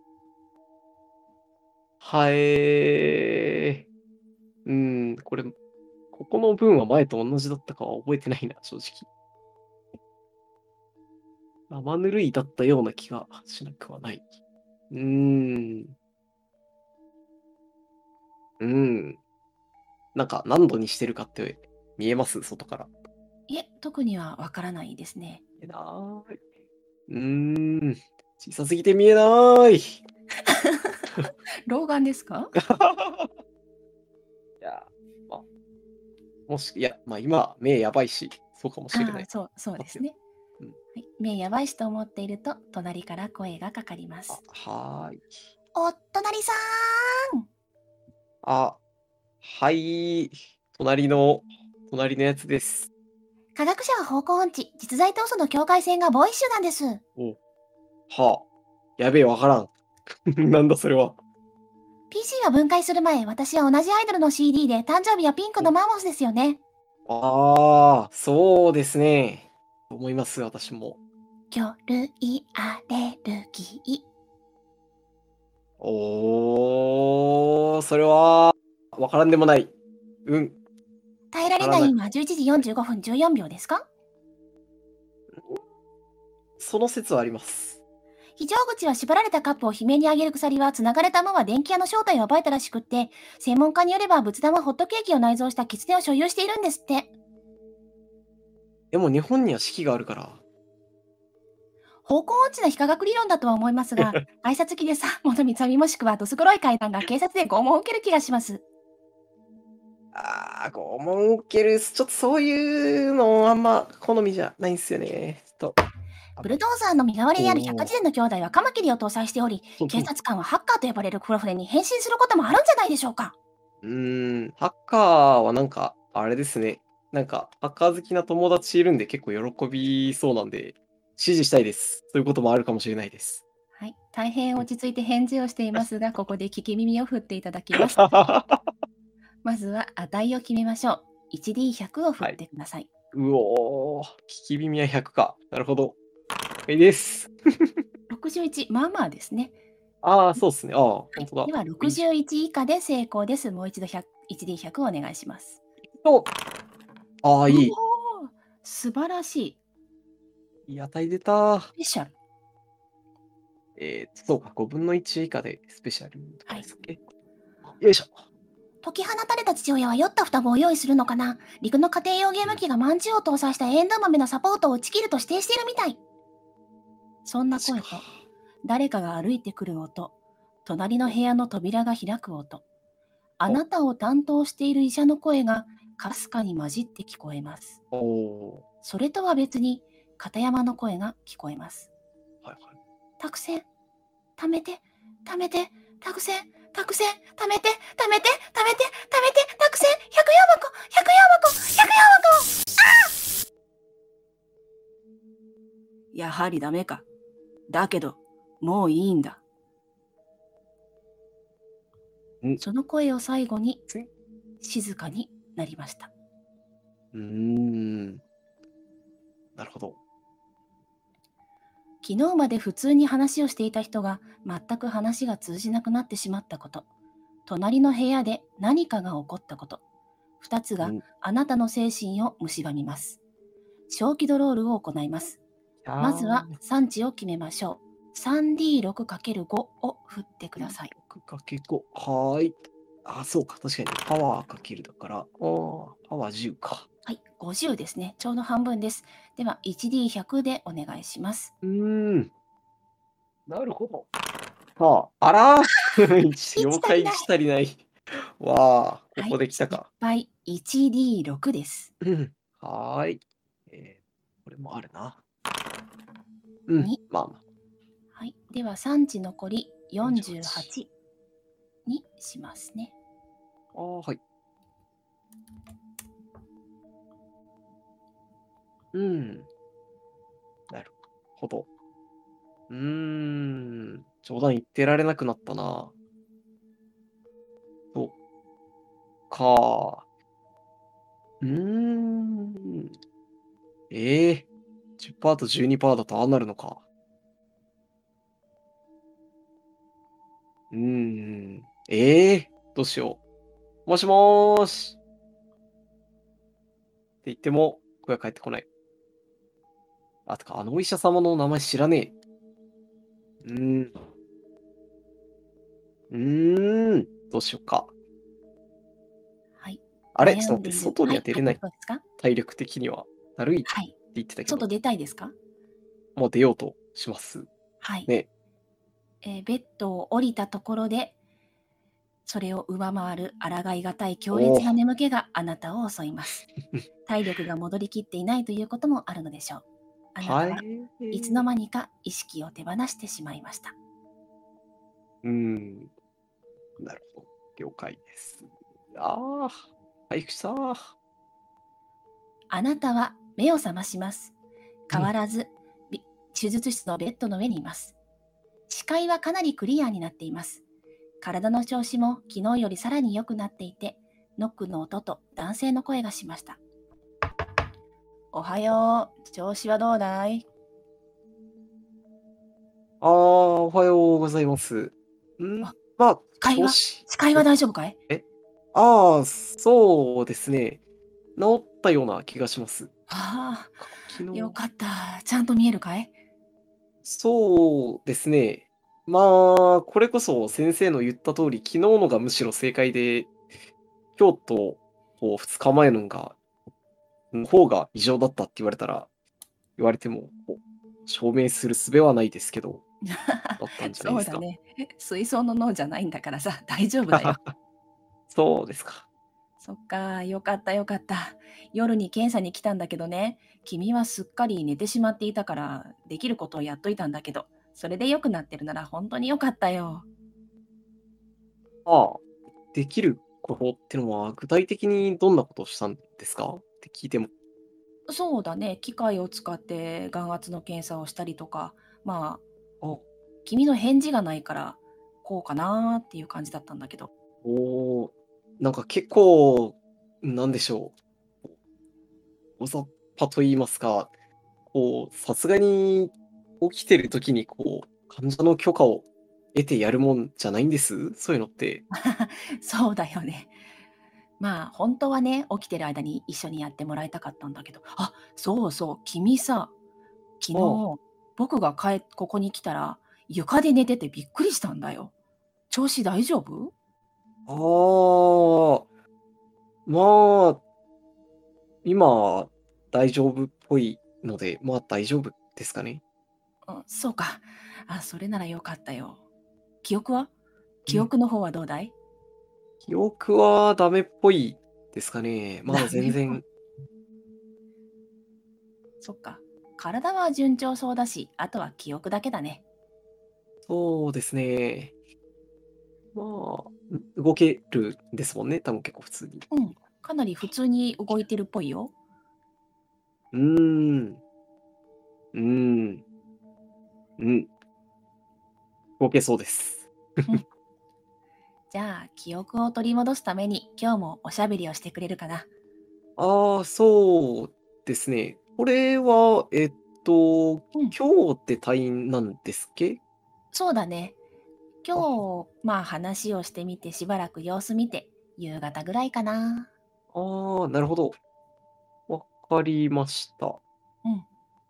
これ、ここの文は前と同じだったかは覚えてないな、正直。生ぬるいだったような気がしなくはない。うーん。うーん。なんか何度にしてるかって見えます外から。 いえ、特には分からないですね。 見えない。小さすぎて見えない。 老眼ですか？ いや、まあ、まあ今、目やばいし、そうかもしれない。 そうで待ってよ。 すね。はい、目やばいしと思っていると、隣から声がかかります。 はーい。 お隣さん。 あ、はい。隣のやつです。 科学者は方向音痴、実在闘争の境界線がボーイッシュなんです。 お、はあ。やべえ、わからん。なんだそれは。 PC が分解する前、私は同じアイドルの CD で誕生日はピンクのマンモスですよね。 ああ、そうですね。思います、私も。 魚類アレルギー。 おー、それは、わからんでもない。うん、 耐えられわからない。 ない今、11時45分14秒ですか？ その説はあります。 非常口は縛られたカップを悲鳴に上げる鎖は繋がれたまま電気屋の正体を暴いたらしくって、専門家によれば仏壇はホットケーキを内蔵した狐を所有しているんですって。 でも日本には四季があるから。 方向音痴な非科学理論だとは思いますが、挨拶機でさ、元三つ編みもしくはどす黒い階段が警察で拷問を受ける気がします。 ああ、拷問受ける。ちょっとそういうのあんま好みじゃないんですよね。ちょっと。 ブルドーザーの身代わりである百科おー事典の兄弟はカマキリを搭載しており、警察官はハッカーと呼ばれる黒船に変身することもあるんじゃないでしょうか。 ハッカーはなんか、あれですね。なんか、ハッカー好きな友達いるんで結構喜びそうなんで、支持したいです。そういうこともあるかもしれないです。 はい、大変落ち着いて返事をしていますが、ここで聞き耳を振っていただきます。まずは値を決めましょう。1D100 を振ってください。 うおー、聞き耳は100か。なるほど。いいです。 61、まあまあですね。 ああ、そうですね。ああ、 はい、 本当だ。 では61以下で成功です。もう一度 1D100 お願いします。 と、ああ、いい。 おー、素晴らしい。 いい値出た。 スペシャル。 そうか、5分の1以下でスペシャルとかはい。 ですっけ。よいしょ。 解き放たれた父親は酔った双子を用意するのかな。陸の家庭用ゲーム機がまんじゅうを搭載したエンドウ豆のサポートを打ち切ると指定しているみたい。そんな声と、誰かが歩いてくる音、隣の部屋の扉が開く音、あなたを担当している医者の声がかすかに混じって聞こえます。 おおそれとは別に片山の声が聞こえます。 ー。はいはい。 託線、貯めて、貯めて、託線、託線、貯めて、貯めて、貯めて、貯めて、託線、百葉箱、百葉箱、百葉箱。やはりダメか。だけど、もういいんだ。その声を最後に静かになりました。 なるほど。 昨日まで普通に話をしていた人が全く話が通じなくなってしまったこと。隣の部屋で何かが起こったこと。2つがあなたの精神を蝕みます。小気ドロールを行います。まずは産地を決めましょう。3D6×5 を振ってください。 6×5。はーい。あ、そうか。確かに。パワーかけるだから。パワー10か。 はい、50ですね。ちょうど半分です。では、1D100 でお願いします。 なるほど。はあ、あらー妖怪1足りない。わあ、ここで来たか。 はい、1D6 です。 はーい。これもあるな。まあまあ。 はい、では産地残り48にしますね。 はい。なるほど。冗談言ってられなくなったな。そうか。10% と12% だとああなるのか。どうしよう。もしもーし。って言っても、声が返ってこない。あ、てか、あのお医者様の名前知らねえ。どうしようか。 はい。 あれちょっと待って、外には出れない。 はい、 体力的には。だるいって言ってたけど。 外出たいですか？ もう出ようとします。 はい。 ね。 ベッドを降りたところで、それを上回る抗いがたい強烈な眠気があなたを襲います。体力が戻りきっていないということもあるのでしょう。あなたはいつの間にか意識を手放してしまいました。 うーん。なるほど。了解です。ああ、回復した。 あなたは目を覚まします。 うん。 変わらず、手術室のベッドの上にいます。視界はかなりクリアになっています。体の調子も昨日よりさらに良くなっていて、ノックの音と男性の声がしました。おはよう。調子はどうだい？ おはようございます。 あ、 まあ、 視界は、 調子、 視界は大丈夫かい？ え、そうですね。治ったような気がします。 ああ、 昨日、 よかった。ちゃんと見えるかい？ そうですね。まあ、これこそ先生の言った通り、昨日のがむしろ正解で、今日と2日前の方が異常だったって言われても、証明する術はないですけど、だったんじゃないですか。 そうだね。水槽の脳じゃないんだからさ、大丈夫だよ。 そうですか。 そっか、よかったよかった。夜に検査に来たんだけどね、君はすっかり寝てしまっていたから、できることをやっといたんだけど、それで良くなってるなら本当によかったよ。 ああ、できることってのは、具体的にどんなことをしたんですかって聞いても。 そうだね、機械を使って眼圧の検査をしたりとか、まあ、 あ、 君の返事がないから、こうかなーっていう感じだったんだけど。 おー、なんか結構、なんでしょう。大雑把と言いますか、さすがに起きてる時に、患者の許可を得てやるもんじゃないんですそういうのって。 そうだよね。まあ、本当はね、起きてる間に一緒にやってもらいたかったんだけど、あ、そうそう、君さ、昨あ日、僕がここに来たら、床で寝ててびっくりしたんだよ。調子大丈夫？ あ、まあ、今、大丈夫っぽいので、まあ大丈夫ですかね。 うん、そうか。あ、それならよかったよ。記憶は？ うん。 記憶の方はどうだい？ 記憶はダメっぽいですかね。まだダメっぽい。 全然。 そっか。体は順調そうだし、あとは記憶だけだね。 そうですね。まあ、動けるんですもんね。多分結構普通に。 うん。かなり普通に動いてるっぽいよ。 うーん。うーん。うん。動けそうです。 うん。じゃあ、記憶を取り戻すために今日もおしゃべりをしてくれるかな。 そうですね。これは、 うん。 今日って退院なんですっけ？ そうだね。 あ、 今日、まあ話をしてみてしばらく様子見て、夕方ぐらいかな。 なるほど。わかりました。 うん。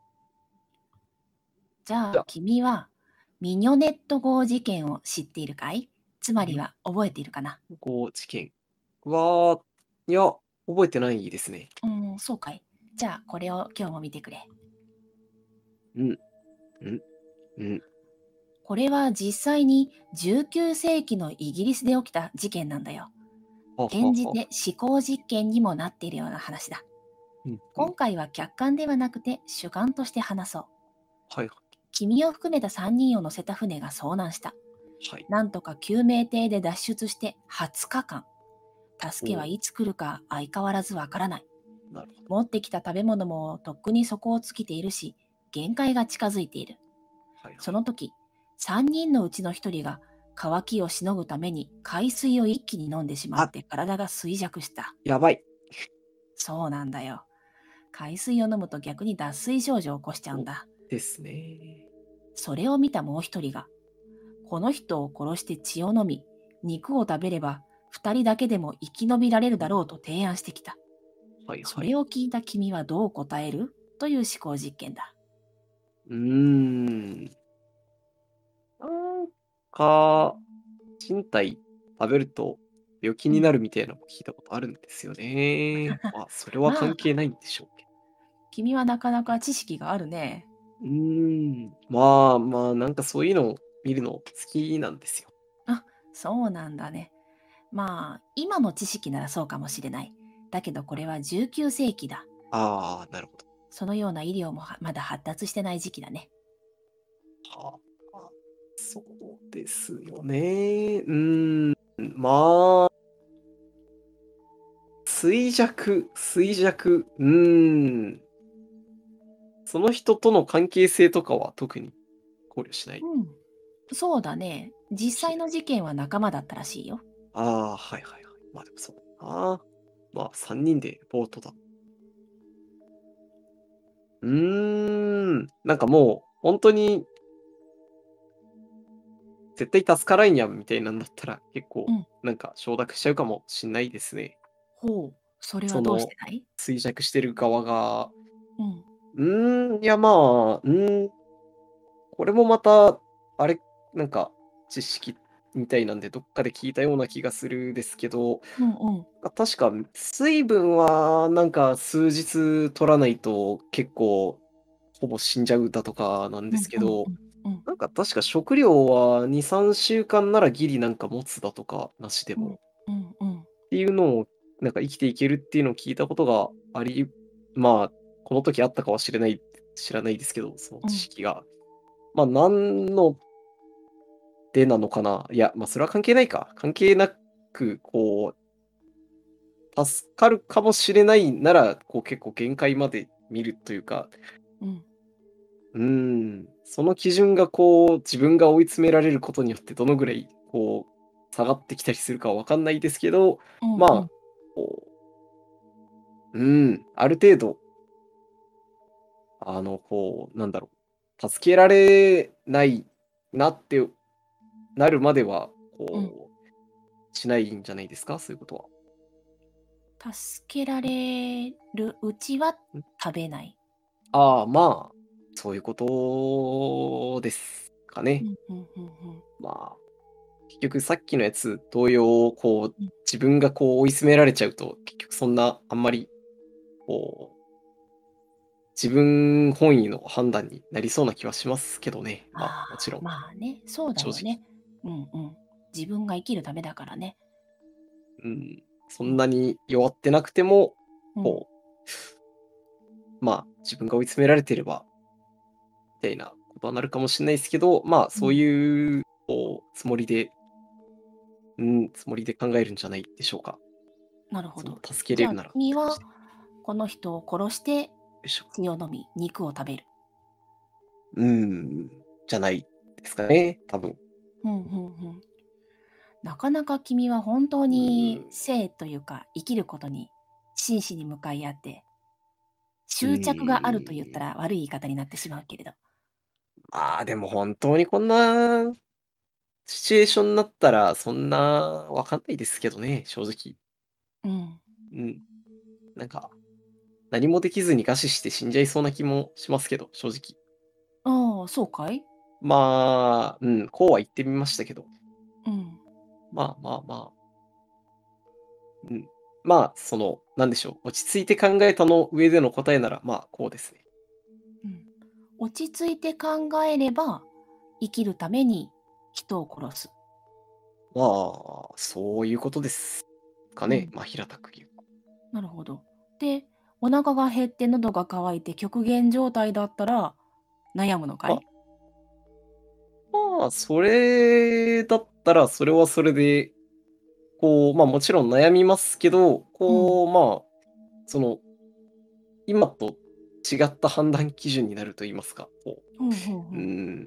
じゃあ、 じゃあ、 君はミニョネット号事件を知っているかい？つまりミは覚えているかな？ 事件は、いや、覚えてないですね。 うん、そうかい。じゃあ、これを今日も見てくれ。 うん、うん、うん。 これは実際に19世紀のイギリスで起きた事件なんだよ。 ははは。 転じて思考実験にもなっているような話だ。 うん、うん。 今回は客観ではなくて主観として話そう。 はい、 君を含めた3人を乗せた船が遭難した。 はい。 なんとか救命艇で脱出して20日間。助けはおいつ来るか相変わらずわからない。 なるほど。 持ってきた食べ物もとっくに底を尽きているし、限界が近づいている。 はい、はい。 その時、3人のうちの1人が渇きをしのぐために海水を一気に飲んでしまっあ、 て体が衰弱した。 やばい。 そうなんだよ。海水を飲むと逆に脱水症状を起こしちゃうんそうだ。 ですね。 それを見たもう1人が、この人を殺して血を飲み、肉を食べれば2人だけでも生き延びられるだろうと提案してきた。 はい、 そはい。 れを聞いた君はどう答えるという思考実験だ。 うーん。なんか、人体食べると病気うん。 になるみたいなのも聞いたことあるんですよね。まあ、それはまあ、 関係ないんでしょうけど。 君はなかなか知識があるね。 まあまあ、なんかそういうのを見るの好きなんですよ。 あ、そうなんだね。まあ、今の知識ならそうかもしれない。だけどこれは19世紀だ。 なるほど。 そのような医療もまだ発達してない時期だね。 はあ、 そうですよね。まあ、衰弱、その人との関係性とかは特に考慮しない。 うん。そうだね。実際の事件は仲間だったらしいよ。 ああ、はいはいはい。まあでもそうだな。まあ、3人でボートだ。なんかもう、本当に、絶対助からんやんみたいなんだったら、結構、 うん。 なんか承諾しちゃうかもしんないですね。 ほう。それはどうしその、 てない？ 衰弱してる側が。 うん。 いやまあ、これもまた、あれ、なんか、知識みたいなんで、どっかで聞いたような気がするですけど、 うんうん。 確か水分はなんか数日取らないと結構ほぼ死んじゃうだとかなんでうんうんうすけど、 んうん。 なんか確か食料は2、3週間ならギリなんか持つだとかなしでもうんうんうん。 っていうのをなんか生きていけるっていうのを聞いたことがあり、まあ、この時あったかは知らないですけど、そのうん。 知識が。まあ、何のでなのかな。いや、まあ、それは関係ないか。関係なく、こう、助かるかもしれないなら、こう結構限界まで見るというか、 うん。 その基準がこう、自分が追い詰められることによってどのぐらい、こう、下がってきたりするかはわかんないですけど、まあ、 うんうん。 こある程度、こう、なんだろ助けられないなってなるまでは、 うん。 こう、しないんじゃないですか、そういうことは。 助けられるうちはん食べない。 ああ、まあ、そういうことですかね。 うんうんうんうん。 まあ、結局さっきのやつ同様、こう、 うん。 自分がこう追い詰められちゃうと、結局そんな、あんまり、こう、自分本位の判断になりそうな気はしますけどね。まあ、 ああ、 もちろん、 まあね、そうだ正直。 よね。うんうん。自分が生きるためだからね。 そうん。 んなに弱ってなくても、 うん。 こまあ、自分が追い詰められてれば、みたいなことはなるかもしれないですけど、まあ、そううん。 いう、こう、つもりで考えるんじゃないでしょうか。その、 なるほど。じゃあ助けれるならっ君はて感じで。よこの人を殺していしょ。 血を飲み、肉を食べる。 じゃないですかね、多分。 うんうんうん。なかなか君は本当うにん、 生というか生きることに真摯に向かい合ってう執着があると言ったん。 ら悪い言い方になってしまうけれど。 まあ、でも本当にこんなシチュエーションになったら、そんなわかんないですけどね、正直。 うん。 うん。なんか、何もできずに餓死して死んじゃいそうな気もしますけど、正直。 ああ、そうかい？ まあ、こうは言ってみましたけど。 うん。 まあまあまあ。うん。まあ、なんでしょう。落ち着いて考えたの上での答えなら、まあ、こうですね。 うん。落ち着いて考えれば生きるために人を殺す。 まあ、そういうことですかね。 うん。 まあ、平たく言う。 なるほど。で、お腹が減って喉が渇いて極限状態だったら悩むのかまい？ まあ、それだったら、それはそれで、こう、まあもちろん悩みますけど、 うん。 こう、まあ、その、今と違った判断基準になると言いますか、こうんうんうう、 ん。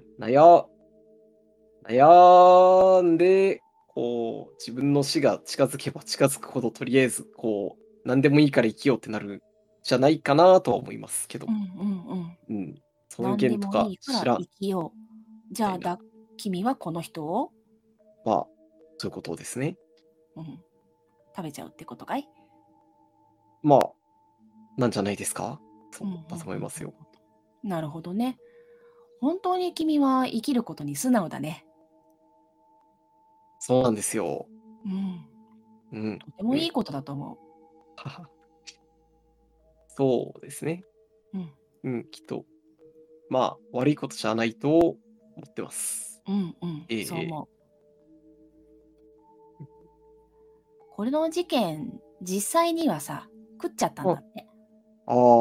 悩んで、こう、自分の死が近づけば近づくほど、とりあえず、こう、何でもいいから生きようってなるじゃないかなとは思いますけど、 うんうんうん。 うん、尊何で厳とかもいいか知らん、みら生きよう。じゃあ、 たいな、 君はこの人を、 まあ、そういうことですね。 うん、食べちゃうってことかい？ まあ、なんじゃないですかそうんうんうだと思いますよ。 うんうん。なるほどね。本当に君は生きることに素直だね。 そうなんですよ。 うん。 うん、 とてもうん。 いいことだと思ははそうですね。 う。うん。 きっと、まあ、悪いことじゃないと思ってます。 うんうん。 ええ、ええ。 そう思う。これの事件、実際にはさ、食っちゃったんだあ、 って。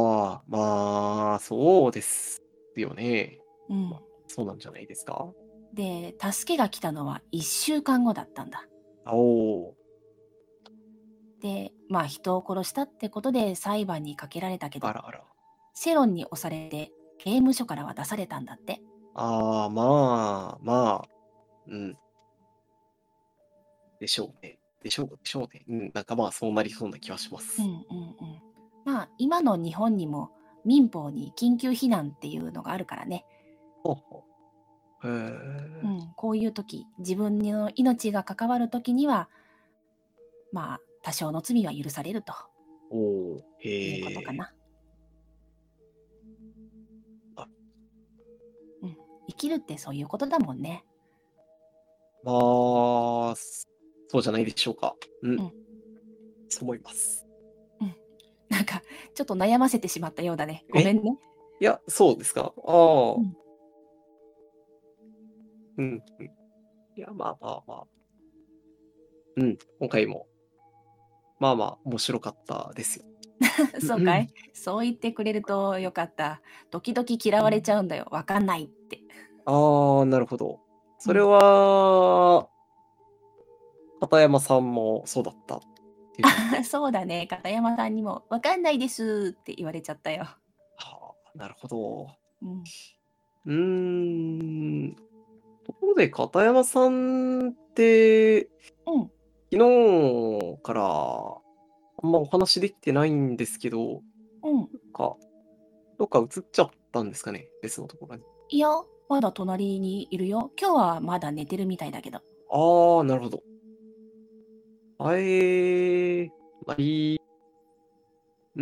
まあ、そうですよね。 うん。 まあ、そうなんじゃないですか。 で、助けが来たのは1週間後だったんだ。 おー。 で、まあ人を殺したってことで裁判にかけられたけど、 あらあら。 世論に押されて刑務所からは出されたんだって。 ああ、まあ、まあ、うん。でしょうね。でしょうね。うん、なんかまあ、そうなりそうな気はします。 うんうんうん。まあ今の日本にも民法に緊急避難っていうのがあるからね。 ほうほう。へえ。 こういう時、自分の命が関わる時には、まあ多少の罪は許されるとおー、 いうことかへえ。 な。 あ、 生きるってそういうことだもんね。 まあ、そうじゃないでしょうか。うん、 うんそう思います。 なんかちょっと悩ませてしまったようだね。ごめえ、 んね。 いや、そうですか。ああ、 うんうん、うん。いや、まあまあまあ。うん、今回も、まあまあ、面白かったですよ。 そうかい？そう言ってくれるとよかった。時々嫌われちゃうんだよ。わかんないって。 ああ、なるほど。それうん。 は、片山さんもそうだったっていう感じで。 そうだね。片山さんにもわかんないですって言われちゃったよ。 はあ、なるほど。 うん。 うーん。ところで、片山さんって、 うん。 昨日からあんまお話できてないんですけど、 うん。 か、どっか移っちゃったんですかね、別のところに。 いや、まだ隣にいるよ。今日はまだ寝てるみたいだけど。 ああ、なるほど。まあいい。うん、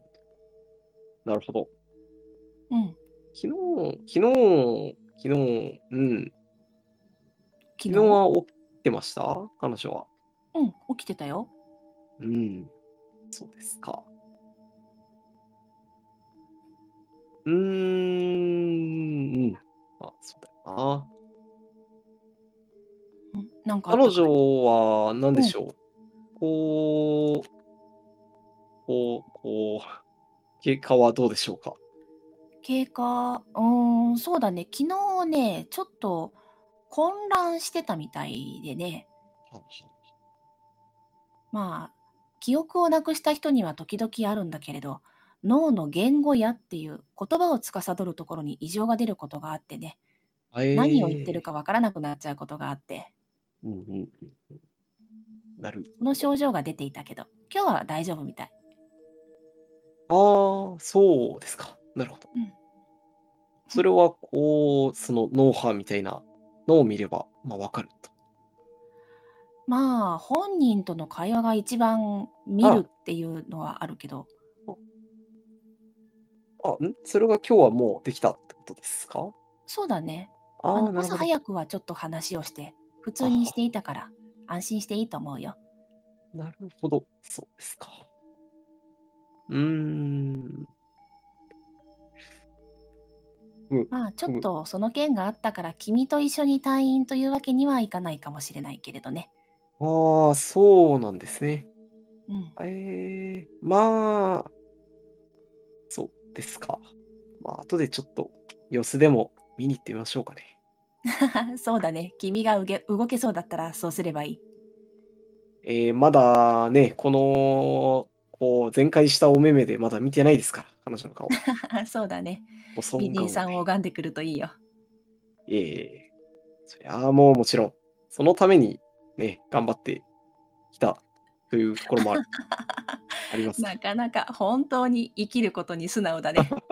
なるほど。 うん。 うん。 昨日昨日は起きてました彼女は。 うん。起きてたよ。 うん、そうですか。うん。あ、そうだよな。 なんかあっ彼女たかい？ は何でうん。 しょう。こう、経過はどうでしょうか。 経過、そうだね。昨日ね、ちょっと混乱してたみたいでね。まあ、記憶をなくした人には時々あるんだけれど、脳の言語やっていう言葉を司るところに異常が出ることがあってね、何を言ってるかわからなくなっちゃうことがあって、 うんうんうんうん。なるそのほど。 症状が出ていたけど、今日は大丈夫みたい。 ああ、そうですか。なるほど。 うん。 それは、その脳波みたいなのを見れば、まあ、わかると。 まあ、本人との会話が一番見るあっていうのはあるけど、 それが今日はもうできたってことですか？ そうだね。 ああ、なるほど。 朝早くはちょっと話をして、普通にしてあいたから安心していいと思うよ。 なるほど。そうですか。うーん。 まあ、ちょっうむ。 とその件があったから君と一緒に退院というわけにはいかないかもしれないけれどね。 ああ、そうなんですね。 うん。 まあ、そうですか。まあ、後でちょっと様子でも見に行ってみましょうかね。 そうだね。君が動けそうだったらそうすればいい。 まだね、全開したお目目でまだ見てないですから、彼女の顔。 そうだね。 お損美人さんを顔で。 拝んでくるといいよ。 ええそりゃあもうもちろん、そのためにね、頑張ってきたというところもありますかなかなか本当に生きることに素直だね。 ら。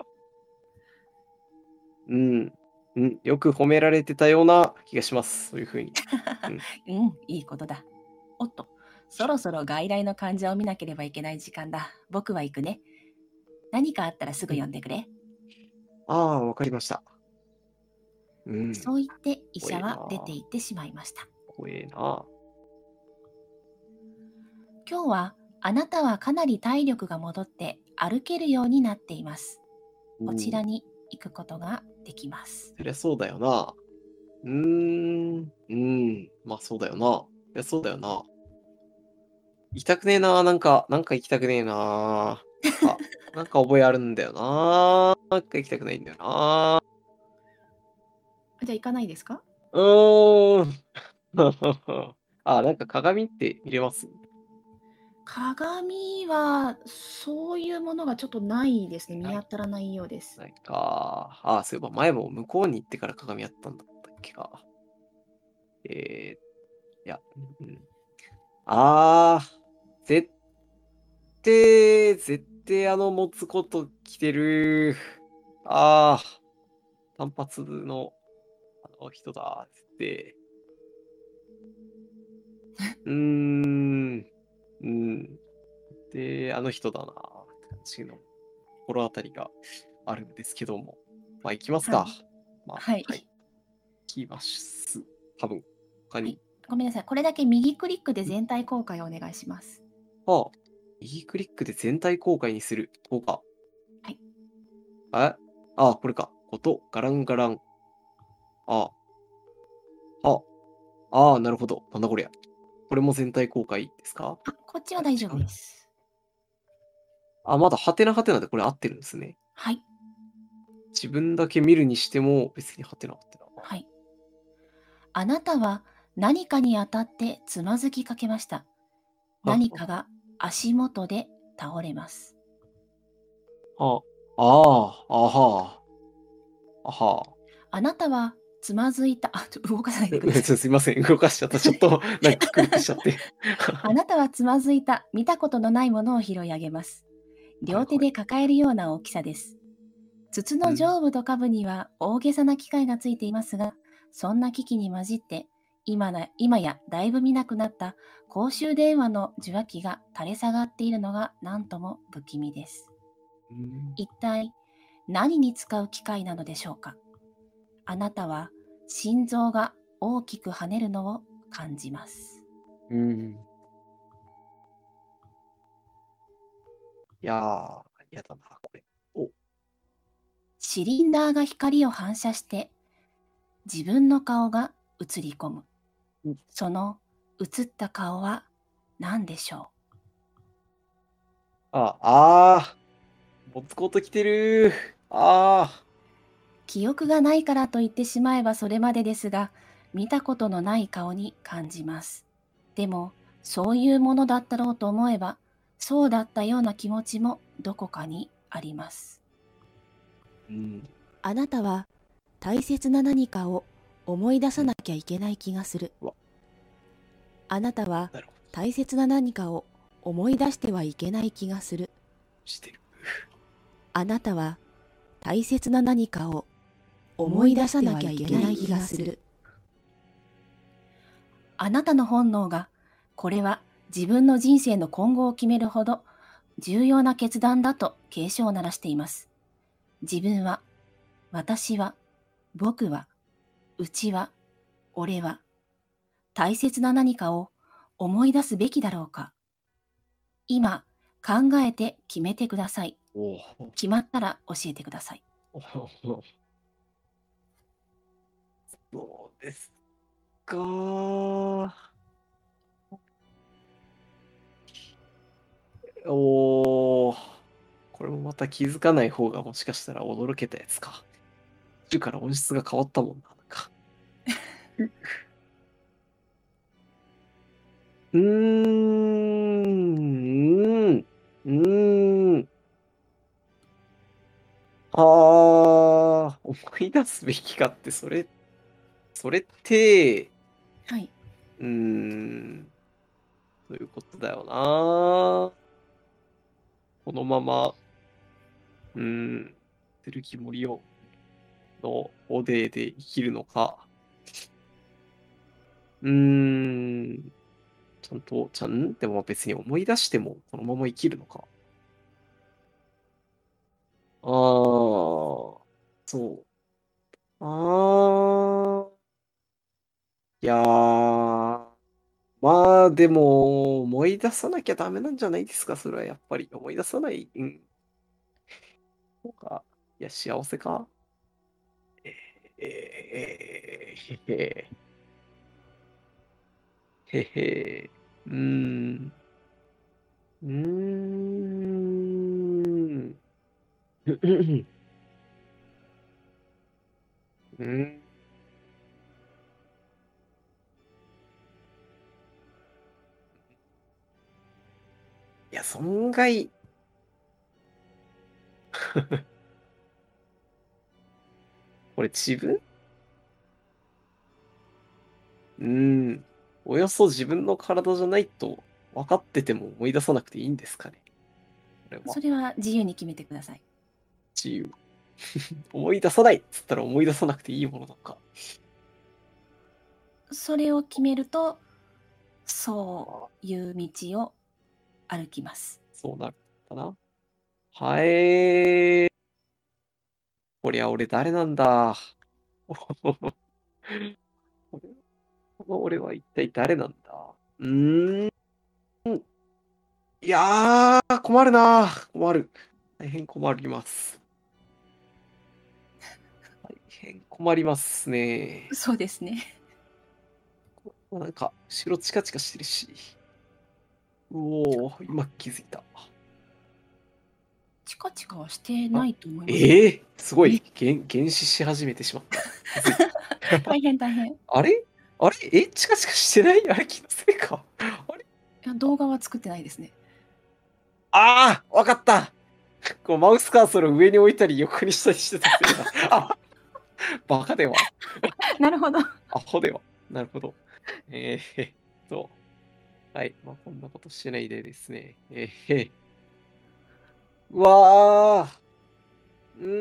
うん。うん。よく褒められてたような気がします。そういうふうに。うん。 いいことだ。おっと、そろそろ外来の患者を見なければいけない時間だ。僕は行くね。何かあったらすぐ呼んでくれ。 ああ、わかりました。うん。 そう言って医怖えな。 者は出て行ってしまいました。 怖えな。 今日はあなたはかなり体力が戻って歩けるようになっています。こちらに行くことができます。 そりゃそうだよな。まあそうだよな。そりゃそうだよな。行きたくねえな。なんか行きたくねえな。なんか覚えあるんだよな。なんか行きたくないんだよな。 じゃあ行かないですか？ うーん。あ、なんか鏡って見れます？ 鏡は、そういうものがちょっとないですね。見ない。 当たらないようです。 ないか。あ、そういえば前も向こうに行ってから鏡あったんだったっけか。いや、うん。あー、絶対持つこと着てる。あ単発の人だ。つって。うーん。うん。で、あの人だな。って感じの心当たりがあるんですけども。まあ、行きますか。 はい。 まあ、 はい。 はい。行きます。多分。他に。 はい。ごめんなさい。これだけ右クリックで全体公開をお願いします。 ああ、右クリックで全体公開にする。こうか。 はい。 これか。ガランガラン。ああ、なるほど。なんだこりゃ。これも全体公開ですか？ こっちは大丈違う。 夫です。 まだハテナハテナでこれ合ってるんですね。 はい。 自分だけ見るにしても別にハテナハテナ。 はい。あなたは何かに当たってつまずきかけました。何かが足元で倒れます。 あ、ああ、あはあ、あはあなたはつまずいた、動かさないでくだあ。 さい。 すいません。動かしちゃった。ちょっと、なんかクリックしちゃって。 あなたはつまずいた、見たことのないものを拾い上げます。両手はいはい。 で抱えるような大きさです。筒うん。 の上部と下部には大げさな機械がついていますが、そんな機器に混じって今やだいぶ見なくなった公衆電話の受話器が垂れ下がっているのが何とも不気味です。 うん。 一体何に使う機械なのでしょうか。あなたは心臓が大きく跳ねるのを感じます。 うん。いやー、やだな、これ。お、 シリンダーが光を反射して自分の顔が映り込む。 うん。 その映った顔は何でしょう。 持つこと来てる。あ記憶がないからと言ってしまえばそれまでですが、見たことのない顔に感じます。でも、そういうものだったろうと思えば、そうだったような気持ちもどこかにあります。 うん。 あなたは大切な何かを思い出さなきゃいけない気がする。 うわ、 あなたはなるほど。 大切な何かを思い出してはいけない気がする。 してる。 あなたは大切な何かを思い出さなきゃいけない気がする。あなたの本能が、これは自分の人生の今後を決めるほど重要な決断だと警鐘を鳴らしています。自分は、私は、僕は、うちは、俺は、大切な何かを思い出すべきだろうか。今、考えて決めてください。 おお。 決まったら教えてください。 おお。そうですか。おお。これもまた気づかない方がもしかしたら驚けたやつか。途中から音質が変わったもんな。なんか。うーん。うーん。思い出すべきかって、それって、 はい。 うーん、そういうことだよな。このまま、剣森をのおでで生きるのか、うーん、でも別に思い出してもこのまま生きるのか。ああ、そう。いやー、まあでも、思い出さなきゃダメなんじゃないですか、それはやっぱり。思い出さない、方が、いや、幸せか。へへ、へへ、うーん、うーん、うん、 や、損害。これ自分およそ自分の体じゃないと分かってても思い出さなくていいんですかね。これはそれは自由に決めてください。 自由。思い出さないっつったら思い出さなくていいものなのか。 それを決めると、そういう道を歩きます。 そうなるかな。はえー。こりゃ俺誰なんだ。この俺は一体誰なんだ。いやー、困るな。困る。大変困ります。大変困りますね。 そうですね。 なんか、後ろチカチカしてるし。おお、今気づいた。 チカチカはしてないと思います。 すごい。原始し始めてしまった。気づいた。 大変大変。いあれチカチカしてないあれ気のせいか。あれや、動画は作ってないですね。 わかったこうマウスカーソルを上に置いたり横にしたりしてたせいだ。バカでは。 なるほど。 アホでは。なるほど。はい。まあ、こんなことしてないでですね。うわー。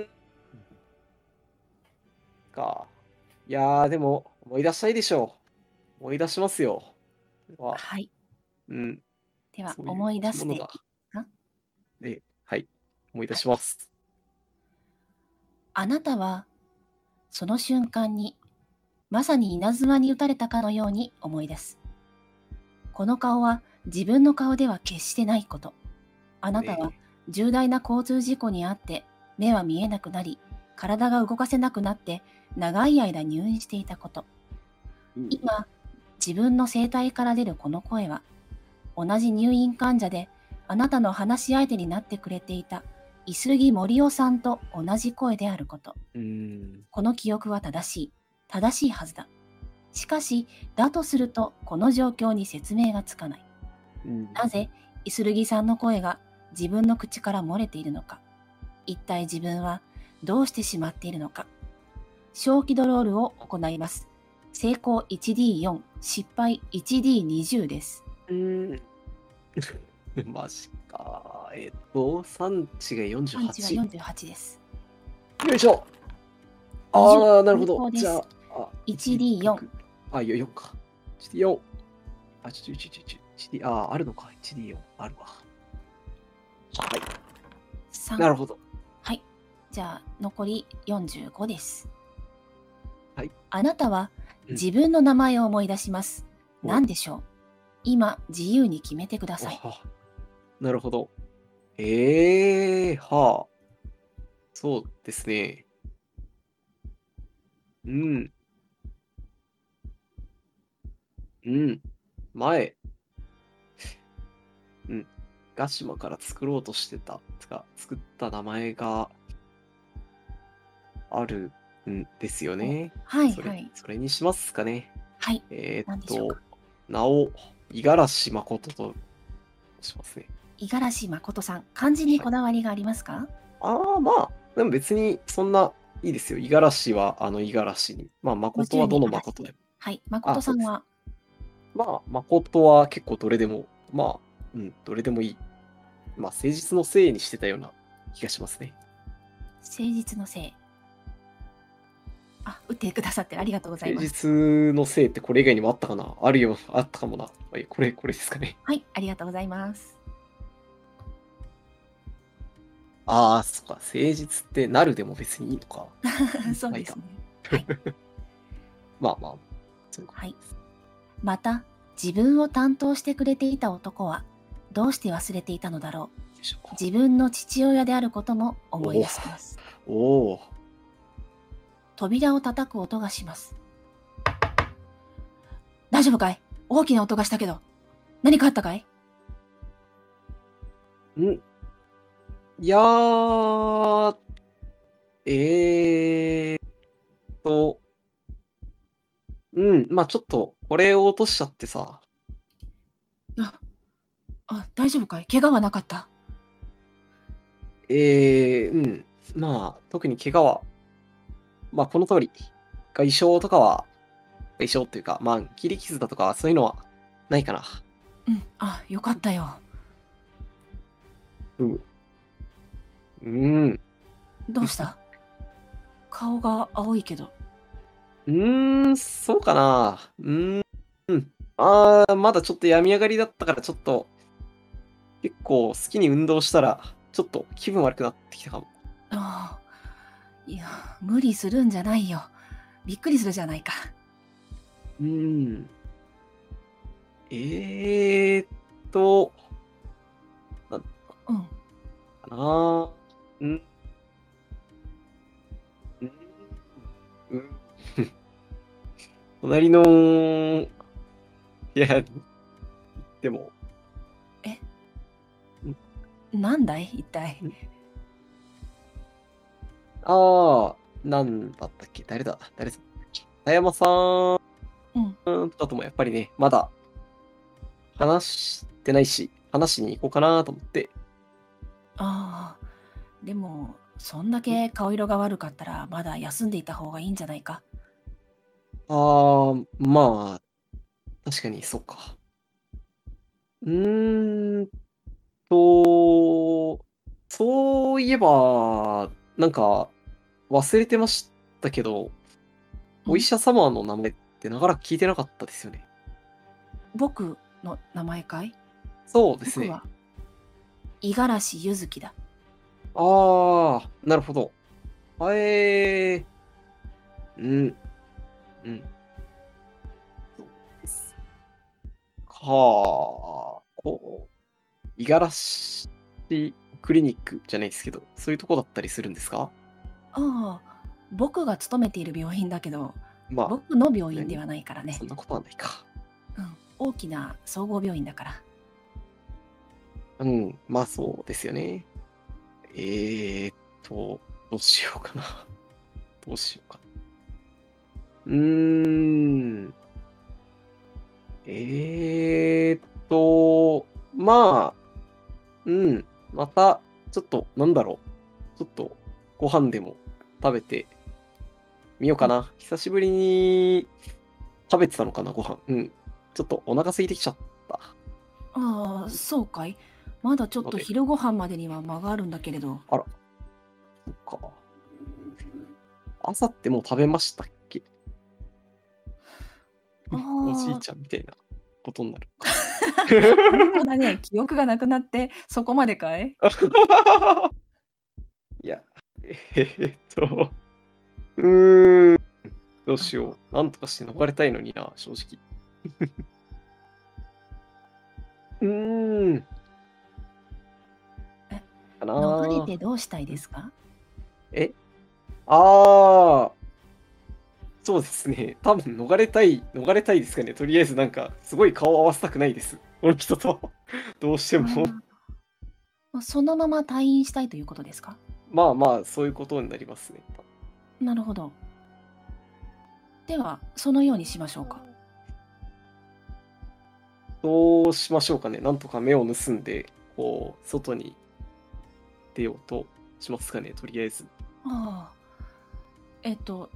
いやー、でも、思い出したいでしょう。思い出しますよ。 はい。では、 そういう思い出して生き物だ。 かはい。思い出します。 あなたは、その瞬間に、まさに稲妻に打たれたかのように思い出す。この顔は自分の顔では決してないこと。あなたは重大な交通事故に遭って目は見えなくなり、体が動かせなくなって長い間入院していたこと。今、自分の声帯から出るこの声は、同じ入院患者であなたの話し相手になってくれていたイスギ森夫さんと同じ声であること。この記憶は正しいはずだ。しかし、だとするとこの状況に説明がつかない。なぜイスルギさんの声が自分の口から漏れているのか。一体自分はどうしてしまっているのか。小気ドロールを行います。成功 1D4、失敗 1D20 です。 マジか。産地が48。 産地が48です。 よいしょ。なるほど。じゃあ、 1D4。 4か。1D4。1D、あるのか。1D4。あるわ。はい。なるほど。 はい。じゃあ、残り45です。 はい。 あなたは自分の名前を思い出します。何でしょう？今、自由に決めてください。 なるほど。そうですね。前。ガシマから作ろうとしてた、作った名前があるんですよね。 はい。 それにしますかね。 はい。 名を五十嵐誠としますね。 五十嵐誠さん、漢字にこだわりがありますか？ まあ、でも別にそんないいですよ。五十嵐は五十嵐に。まあ、誠はどの誠でも。 はい、誠さんはまあ、誠は結構どれでも、どれでもいい。まあ、誠実のせいにしてたような気がしますね。 誠実のせい。打ってくださってありがとうございます。 誠実のせいってこれ以外にもあったかな？あったかもな。これですかね。 はい、ありがとうございます。 そっか。誠実ってなるでも別にいいのか。 そうですね。はい。 まあ。 はい。また、自分を担当してくれていた男は、どうして忘れていたのだろう。自分の父親であることも思い出します。扉を叩く音がします。大丈夫かい？大きな音がしたけど。何かあったかい？ いやー、まあちょっと、これを落としちゃってさ。 あ、大丈夫かい？怪我はなかった？ うん。まあ、特に怪我は、まあ、この通り、外傷とかは、外傷っていうか、まあ、切り傷だとか、そういうのはないかな。 うん、あ、よかったよ。 うん。うん。 どうした？顔が青いけど。 そうかな。ああ、まだちょっと病み上がりだったから、ちょっと、結構好きに運動したら、ちょっと気分悪くなってきたかも。 ああ、いや、無理するんじゃないよ。びっくりするじゃないか。 うーん。えーっと、なんかうん。 な。うん、うん、うん。隣の部屋に行っても、 え、 んなんだい一体。 んああ、なんだったっけ誰だ誰だ田山さうん。 んとかともやっぱりね、まだ話してないし、話しに行こうかなと思って。 ああ、でも、そんだけ顔色が悪かったら、まだ休んでいた方がいいんじゃないか。 ああ、まあ、確かにそうか。うーんと、そういえば、なんか忘れてましたけど、お医ん者様の名前って長らく聞いてなかったですよね。 僕の名前かい？ そうですね。 僕は、五十嵐ゆずきだ。 ああ、なるほど。えうん、うん。そうですか。こう、五十嵐クリニックじゃないですけど、そういうとこだったりするんですか？ ああ、僕が勤めている病院だけど、 まあ、 僕の病院で何はないからね。 そんなことはないか。 うん、大きな総合病院だから。 うん、まあそうですよね。えーっどうしようかな。どうしようか。うーん。まあ、また、ちょっと、なんだろう。ちょっと、ご飯でも食べてみよううん、 かな。久しぶりに食べてたのかな、ご飯。うん。ちょっとお腹空いてきちゃったああ、そうかい。まだちょっので。 と昼ご飯までには間があるんだけれど。 あら、そっか。朝ってもう食べましたっけ？ あおじいあ、 ちゃんみたいなことになる。 本当だね。記憶がなくなってそこまでかい？ いや、えーっと、うーん、どうしよう。なんとかして逃れたいのにな、正直。うーん、 え、 かな逃れー。 てどうしたいですか？ えああ、そうですね。多分逃れたいですかね。とりあえずなんか、すごい顔合わせたくないです。この人と。どうしても。 ああ、そのまま退院したいということですか？ まあまあ、そういうことになりますね。 なるほど。では、そのようにしましょうか。 どうしましょうかね。なんとか目を盗んで、こう、外に出ようとしますかね。とりあえず。 ああ、えっと、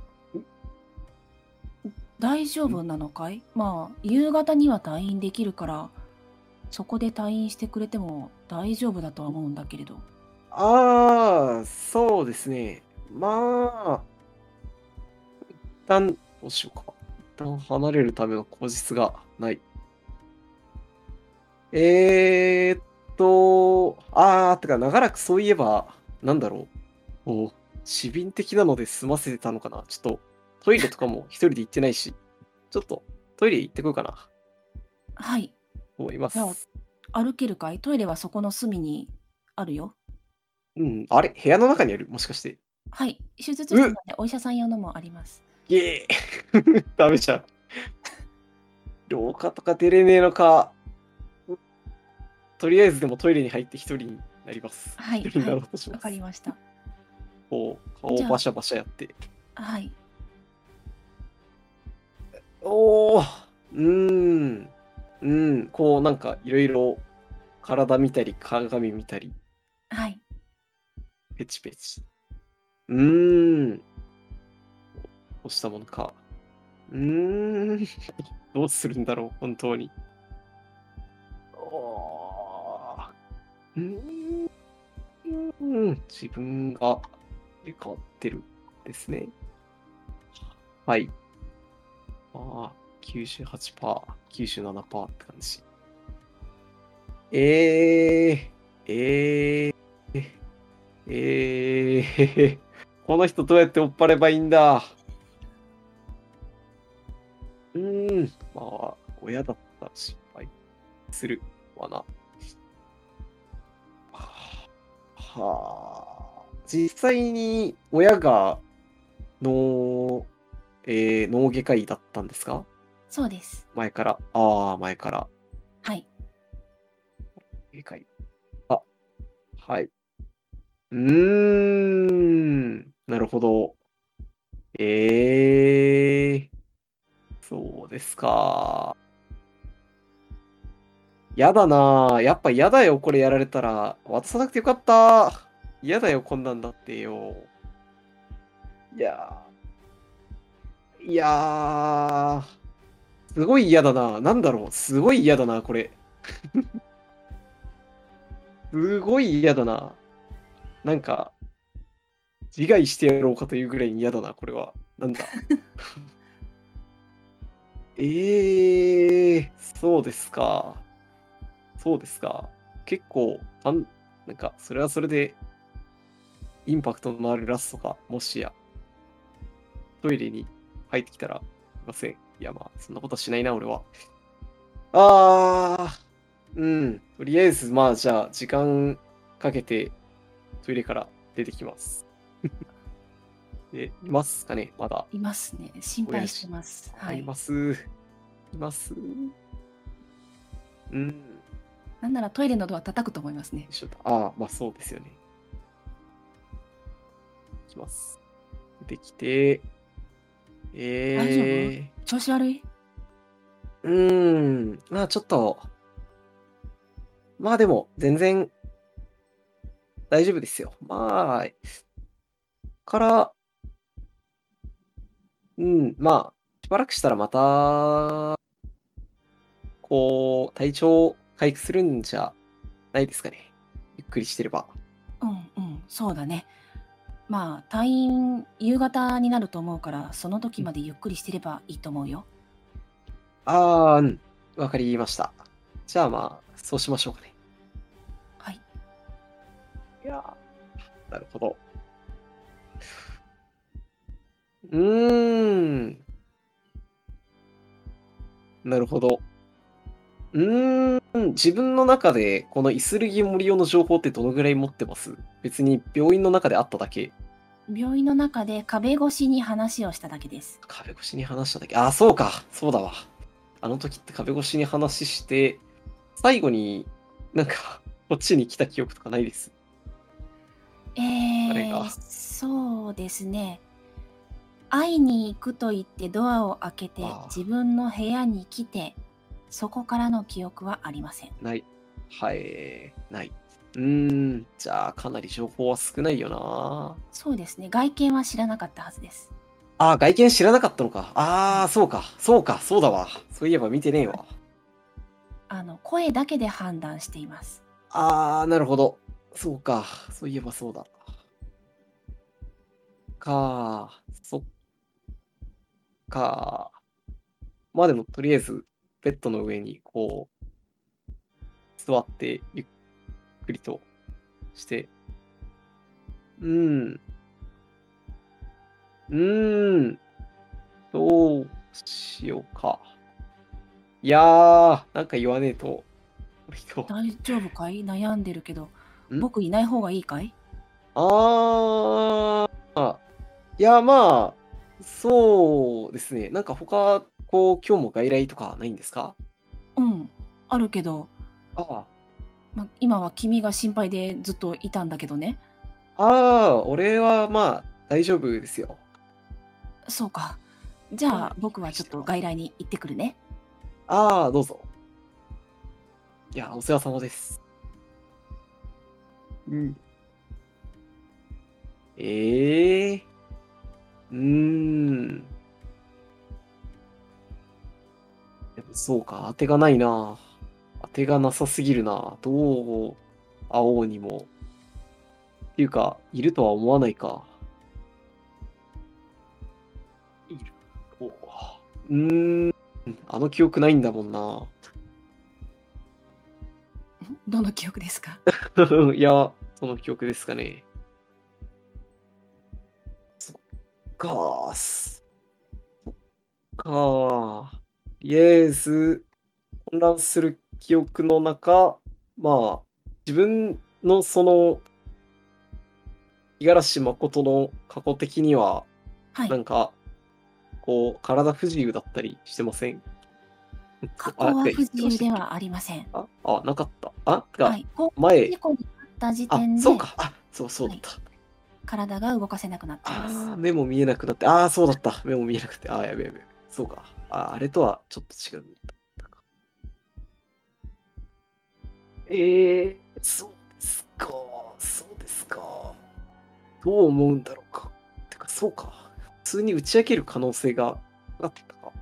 大丈夫なのかい？まあ、夕方には退院できるから、そこで退院してくれても大丈夫だとは思うんだけれど。 そうですね。まあ、一旦、どうしようか。一旦離れるための口実がない。てか、長らくそういえば、なんだろう。市民的なので済ませてたのかな。ちょっと、トイレとかも一人で行ってないし、ちょっと、トイレ行ってこようかな、 はい。 と思いまじゃあ、 す。 歩けるかい？トイレはそこの隅にあるよ。 うん、あれ部屋の中にあるもしかして。 はい。手術室うっなのでお医者さん用のもあります。 イエーイダメじゃん。廊下とか出れねえのか。とりあえずでもトイレに入って一人になります。 はい、 一人になろはい。わかうとします。 りました。 こう、顔じゃあ、 をバシャバシャやって。 はい。 おー、うーん、こうなんかいろいろ体見たり、鏡見たり、 はい。 ペチペチ。うーん。どうしたものか。うーん。どうするんだろう、本当に。おーうーん。自分が入れ替わってるですね。はい。98%、97%って感じ。この人どうやって追っ払えばいいんだ。まあ、親だったら失敗するわな。はあ。実際に親が脳、脳外科医だったんですか？ そうです。 前から。前から。 はい。 外科医。あ、はい。なるほど。そうですか。やだなぁ。やっぱやだよ、これやられたら。渡さなくてよかった。やだよ、こんなんだってよ。いやいやー、すごい嫌だな。なんだろう、すごい嫌だな、これ。すごい嫌だな。なんか、自害してやろうかというぐらいに嫌だな、これは。なんだ。そうですか。そうですか。結構、なんか、それはそれで、インパクトのあるラストか、もしや、トイレに入ってきたら、すいません。いや、まあ、そんなことはしないな、俺は。とりあえず、まあ、じゃあ、時間かけて、トイレから出てきます。いますかね、まだ。 いますね。心配して親父。 ます。はい。 います。います。うん。 なんならトイレのドア叩くと思いますね。 一緒だ。まあそうですよね。いきます。出てきて、 大丈夫？調子悪い？ まあちょっと、まあでも、全然大丈夫ですよ。まあ、から、まあ、しばらくしたらまた、こう、体調回復するんじゃないですかね。ゆっくりしてれば。 そうだね。まあ、退院夕方になると思うから、その時までゆっくりしてればいいと思うよ。 わかりました。じゃあまあ、そうしましょうかね。 はい。 いやなるほど。うーん。なるほど。自分の中で、このイスルギモリオの情報ってどのぐらい持ってます？別に病院の中であっただけ。 病院の中で壁越しに話をしただけです。 壁越しに話しただけ。そうか。そうだわ。あの時って壁越しに話して、最後になんか、こっちに来た記憶とかないです。誰が。 そうですね。会いに行くと言ってドアを開けて自分の部屋に来て、そこからの記憶はありません。 ない。はい、ない。じゃあかなり情報は少ないよな。 そうですね。外見は知らなかったはずです。 外見知らなかったのか。 はい。 そうか。そうか。そうだわ。そういえば見てねえわ。 声だけで判断しています。 なるほど。そうか。そういえばそうだ。そっか。まあでも、とりあえず、ベッドの上に、こう、座って、ゆっくりとして、どうしようか。いやなんか言わねえと、 大丈夫かい？悩んでるけど、 ん僕いない方がいいかい？ いや、まあ、そうですね。なんか他、こう、今日も外来とかないんですか？ あるけど、 あ今は君が心配でずっといたんだけどね。 俺はまあ、大丈夫ですよ。 そうか。じゃあ僕はちょっと外来に行ってくるね。 どうぞ。いや、お世話様です。 うん。ええー。でもそうか、当てがないな。当てがなさすぎるな。どう、青にも。っていうか、いるとは思わないか。いる。おあの記憶ないんだもんな。 どの記憶ですか？ いや、その記憶ですかね。そっか、そっか。とりあえず、混乱する記憶の中、まあ、自分のその、五十嵐誠の過去的には、 はい。 なんか、こう、体不自由だったりしてません？ 過あ、てか言っ去は不自てましたっけ？ 由ではありません。 なかった。てか、 はい。交通前、 事故にあった時点で、 そうか。そうはい、 だった。 体が動かせなくなっています。 目も見えなくなって、そうだった。目も見えなくて、やべえやべえ。そうか。あれとはちょっと違うんだったか。そうですか。そうですか。どう思うんだろうか。てか、そうか。普通に打ち明ける可能性があったか。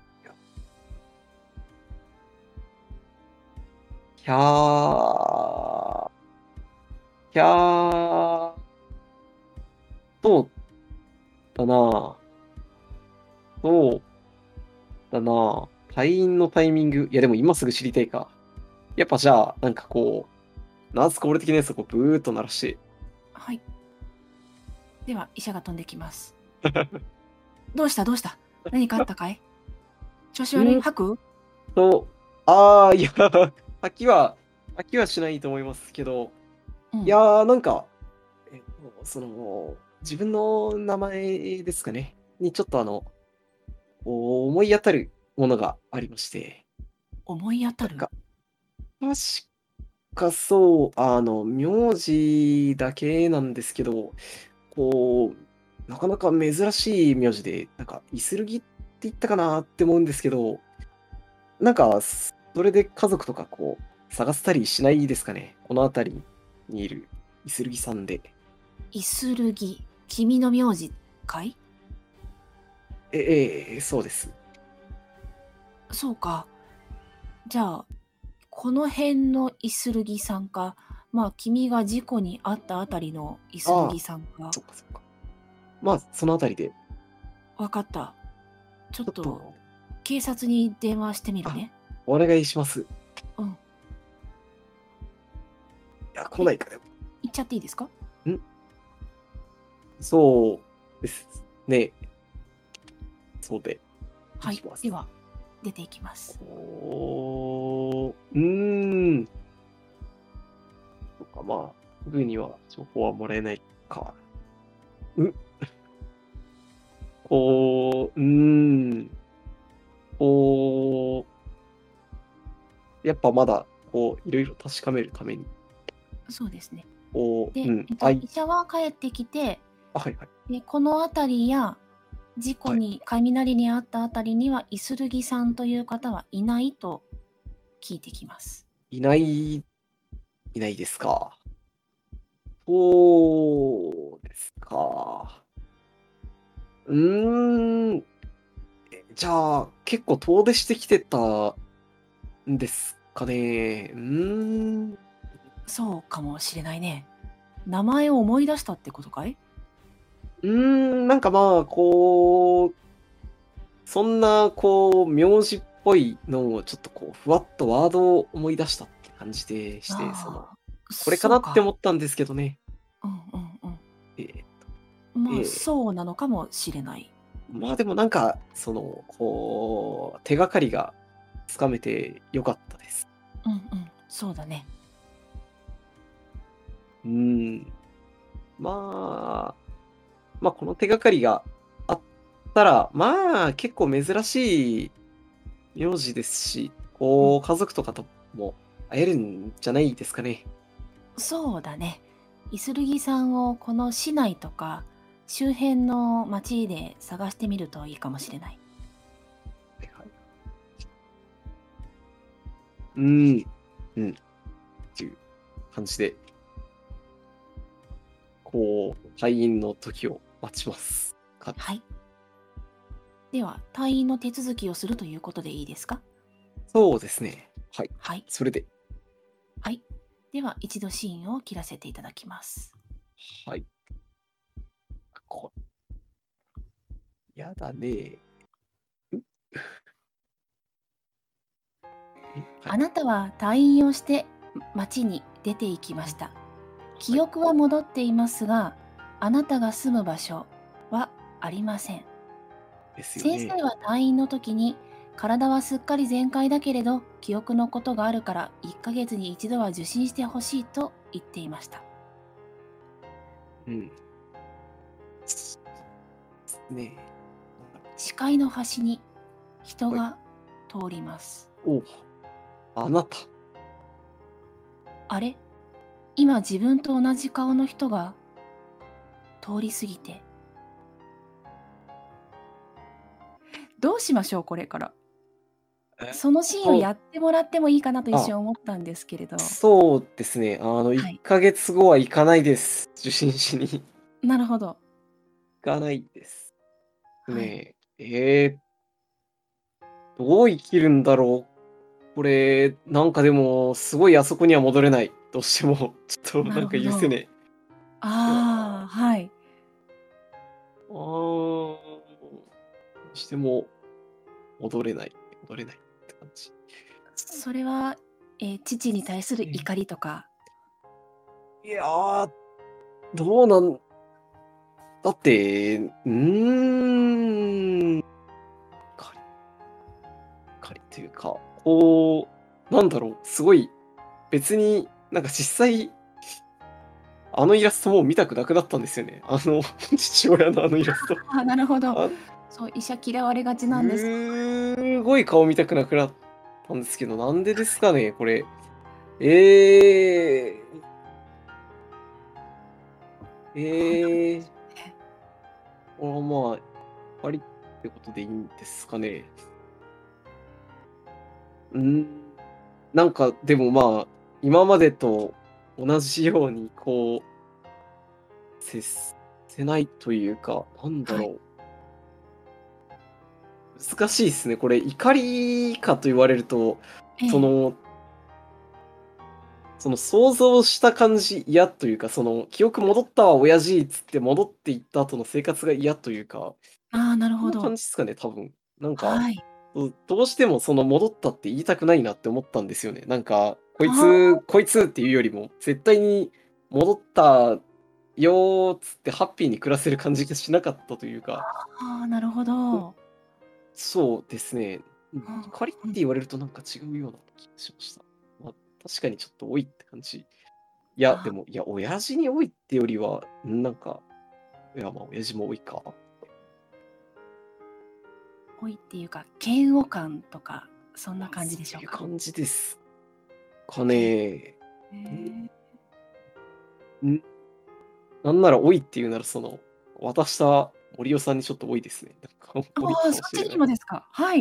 ひゃー、ひゃー、そうだな。そうだな。退院のタイミング。いや、でも今すぐ知りたいか。やっぱじゃあ、なんかこう、ナースコール的なやつをこうブーっと鳴らして。 はい。では、医者が飛んできます。どうしたどうした？何かあったかい？調子悪い？ ん吐く？ と、いや、吐きはしないと思いますけど、 うん。 いやなんか、その、自分の名前ですかね、にちょっと思い当たるものがありまして、 思い当たる？ なんか、確かそう、名字だけなんですけど、こなかなか珍しい名字で、なんか、イスルギって言ったかなって思うんですけど、なんか、それで家族とかこう、探したりしないですかね。この辺りにいるイスルギさんで。 イスルギ。君の名字かい？ そうです。 そうか。じゃあ、この辺のイスルギさんか、まあ、君が事故に遭ったあたりのイスルああ、 ギさんか。 そっかそっか。まあ、その辺りで、 わかった。ちょっちょっと、 と、 警察に電話してみるね。 お願いします。いうん。 や、来え、 ないかよ。 行っちゃっていいですか？ んそうですね。そうで、いはい。 きます。 では、出ていきます。 そっか、まあ、すぐには情報はもらえないか。う、こう、こやっぱまだ、こう、いろいろ確かめるために、 そうですね。 こう、 で、医者は帰ってきて、 はいはい。 でこの辺りや事故はい。 に、雷にあった辺りには、イスルギさんという方はいないと聞いてきます。 いない、いないですか。そうですか。うーん。じゃあ、結構遠出してきてたんですかね。 そうかもしれないね。名前を思い出したってことかい？ なんかまあ、こう、そんな、こう、名字っぽいのをちょっとこう、ふわっとワードを思い出したって感じでして、 ああ、 これかなってそうか。 思ったんですけどね。 うんうんうん。 えーまあ、 えそうなのかもしれない。 まあでもなんか、こう、手がかりがつかめてよかったです。 うんうん、そうだね。 うーん。まあ、この手がかりがあったら、まあ、結構珍しい名字ですし、こう、家族とかとも会えるんじゃないですかね。 そうだね。イスルギさんをこの市内とか周辺の町で探してみるといいかもしれない。 はいはい。うーん。っていう感じで。 こう、退院の時を待ちますか。 はい。では、退院の手続きをするということでいいですか？ そうですね。はい。 はい。 それで。 はい。では、一度シーンを切らせていただきます。 はい。やだね。 あなたは退院をして町に出て行きました。記憶は戻っていますが、あなたが住む場所はありません。 ですよね。 先生は退院の時に、体はすっかり全開だけれど、記憶のことがあるから1ヶ月に一度は受診してほしいと言っていました。 ね。 視界の端に人が通ります。 あなた。 あれ？今自分と同じ顔の人が通り過ぎて。どうしましょう、これから。そのシーンをやってもらってもいいかなと一瞬思ったんですけれど。 そうですね。1ヶ月後は行かないです。受診しに。 なるほど。 行かないです。 はい。 ね。どう生きるんだろう。これ、なんかでも、すごいあそこには戻れない。どうしても、ちょっとなんかなるほど。 許せねえ。 ああ、はい。 どうしても戻れないって感じ。 それは、父に対する怒りとか。 いやー、どうなんだって、怒りというか、こう、なんだろう、すごい、別になんか実際、あのイラストもう見たくなくなったんですよね。父親のあのイラスト。 あ、なるほど。 あそう、医者嫌われがちなんです。 すごい顔見たくなくなったんですけど、なんでですかね、これ。えこれはまあ、ありってことでいいんですかね。なんか、でもまあ、今までと同じように、こう、接せないというか、なんだはい。 ろう。難しいですね。これ、怒りかと言われると、 ええ。 その想像した感じ嫌というか、記憶戻ったわ、親父っつって戻っていった後の生活が嫌というか、 ああ、なるこんな感ほど。 じですかね、多分。なんか、 はい。 どうしてもその戻ったって言いたくないなって思ったんですよね。なんか、 ああ、 こいつっていうよりも、絶対に戻ったよーっつってハッピーに暮らせる感じがしなかったというか、 ああ、なるほど。 そうですね。 うん怒りってうん。 言われるとなんか違うような気がしました。まあ、確かにちょっと多いって感じ。いや、であも、いや、親父に多いってよりは、なんか、いや、まあ、親父も多いか。 多いっていうか、嫌悪感とか、そんな感じでしそうょうか。 いう感じですかへね。 え。 んなんなら多いっていうなら、渡した森尾さんにちょっと多いですね。なんかあ多いあ、そっちにかもしれない。 もですか。はい。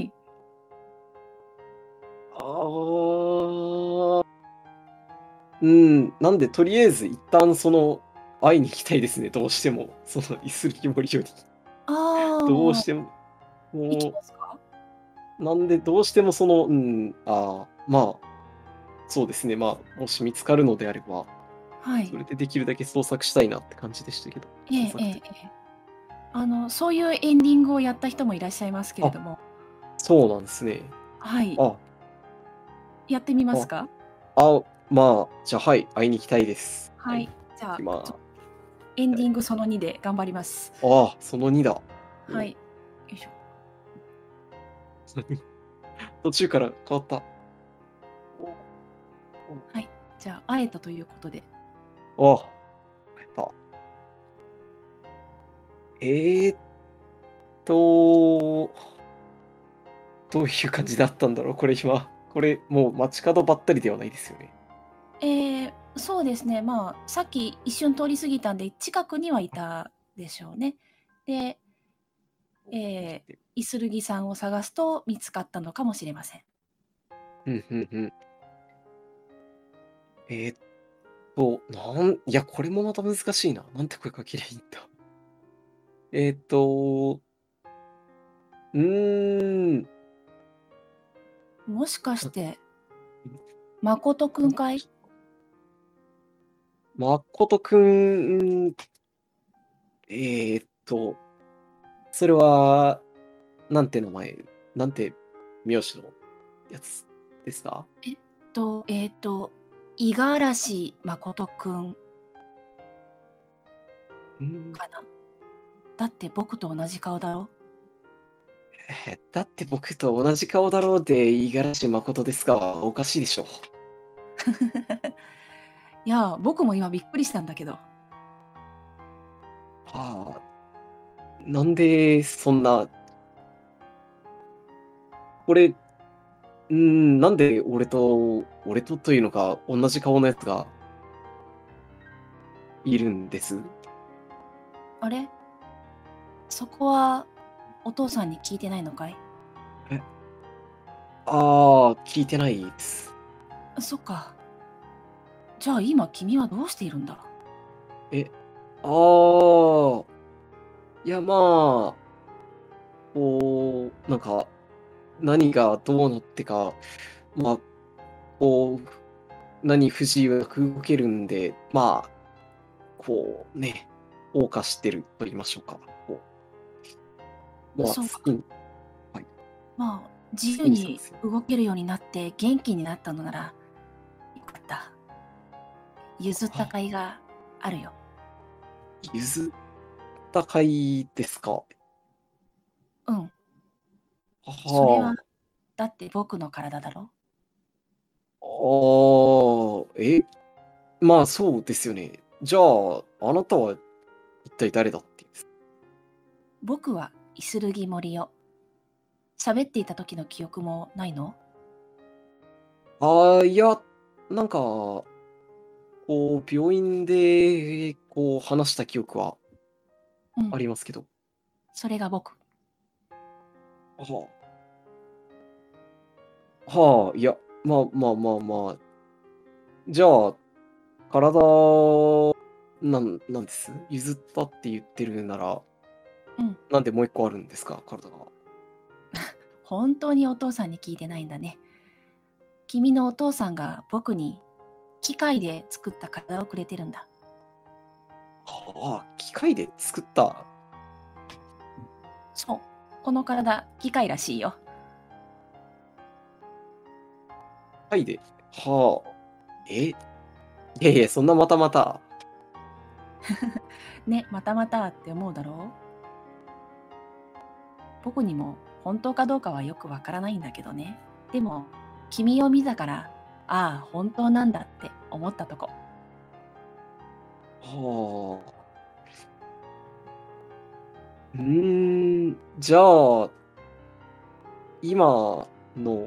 ああ、なんで、とりあえず一旦会いに行きたいですね、どうしても。イスリキモリより。どうああ、 しても、 行きもますか？ なんで、どうしてもまあ、そうですね、まあ、もし見つかるのであれば、 はい。 それでできるだけ創作したいなって感じでしたけど、 ええええ創作的。 ええ。そういうエンディングをやった人もいらっしゃいますけれあ、 ども、 そうなんですね。 はい。 あ、 やってみますあ、 か？ まあ、じゃあ、はい、会いに行きたいです。はい、 はい。じゃあ、 行きまエンはい。 ディングその2で頑張ります。 その2だ。お、 はい。よいしょ。 途中から変わった。 はい。じゃあ、会えたということで。 あ、変えた。えーっと、どういう感じだったんだろう、これ今。これ、もう街角ばったりではないですよね。 そうですね、まあ、さっき一瞬通り過ぎたんで、近くにはいたでしょうね。で、イスルギさんを探すと見つかったのかもしれません。 うんうんうん。えーいや、これもまた難しいな。なんて声かけりゃいいんだ。えーっと、うーん。 もしかしなて、誠くんかい？ 誠くん、えーっと、それは、なんて名前、なんて名字のやつですか？ 五十嵐誠くんうん、 かな。だって僕と同じ顔だろ。 だって僕と同じ顔だろうで、五十嵐誠ですか？おかしいでしょ。 いや、僕も今びっくりしたんだけど。 はあ、なんでそんな、これ、なんで俺とというのか、同じ顔のやつがいるんです？ あれ、そこはお父さんに聞いてないのかい？ え、ああ、聞いてないです。 そっか。じゃあ今君はどうしているんだ？ え、ああ、いや、まあ、なんか、何がどうなってか、まあ、こう、何不自由なく動けるんで、まあ、こうね、謳歌してると言いましょうか。まあ、 そうか。 はい、 まあ、自由好きにさにせる。 動けるようになって元気になったのならよかった。譲った甲あ、 斐があるよ。 譲った甲斐ですか？ うん。それは、 はだって僕の体だろ。 あ、まあそうですよね。じゃあ、あなたは一体誰だっていうんです僕はイスルギ森よ。喋っていた時の記憶もないの？ か？いや、なんか、病院で、話した記憶はうん、 ありますけど。 それが僕。 はあ、はあ、いや、まあまあまあまあ。じゃあ、体、なんです。譲ったって言ってるなら、 うん、 なんでもう一個あるんですか、体が。 本当にお父さんに聞いてないんだね。君のお父さんが僕に機械で作った体をくれてるんだ。 はあ、機械で作ったそう、この体、機械らしいよ。 機械で。はあ、いやいや、そんなまたまた。 ね、またまたって思うだろう。僕にも本当かどうかはよくわからないんだけどね。でも、君を見たから、ああ、本当なんだって思ったとこ。 はあ。じゃあ、今の、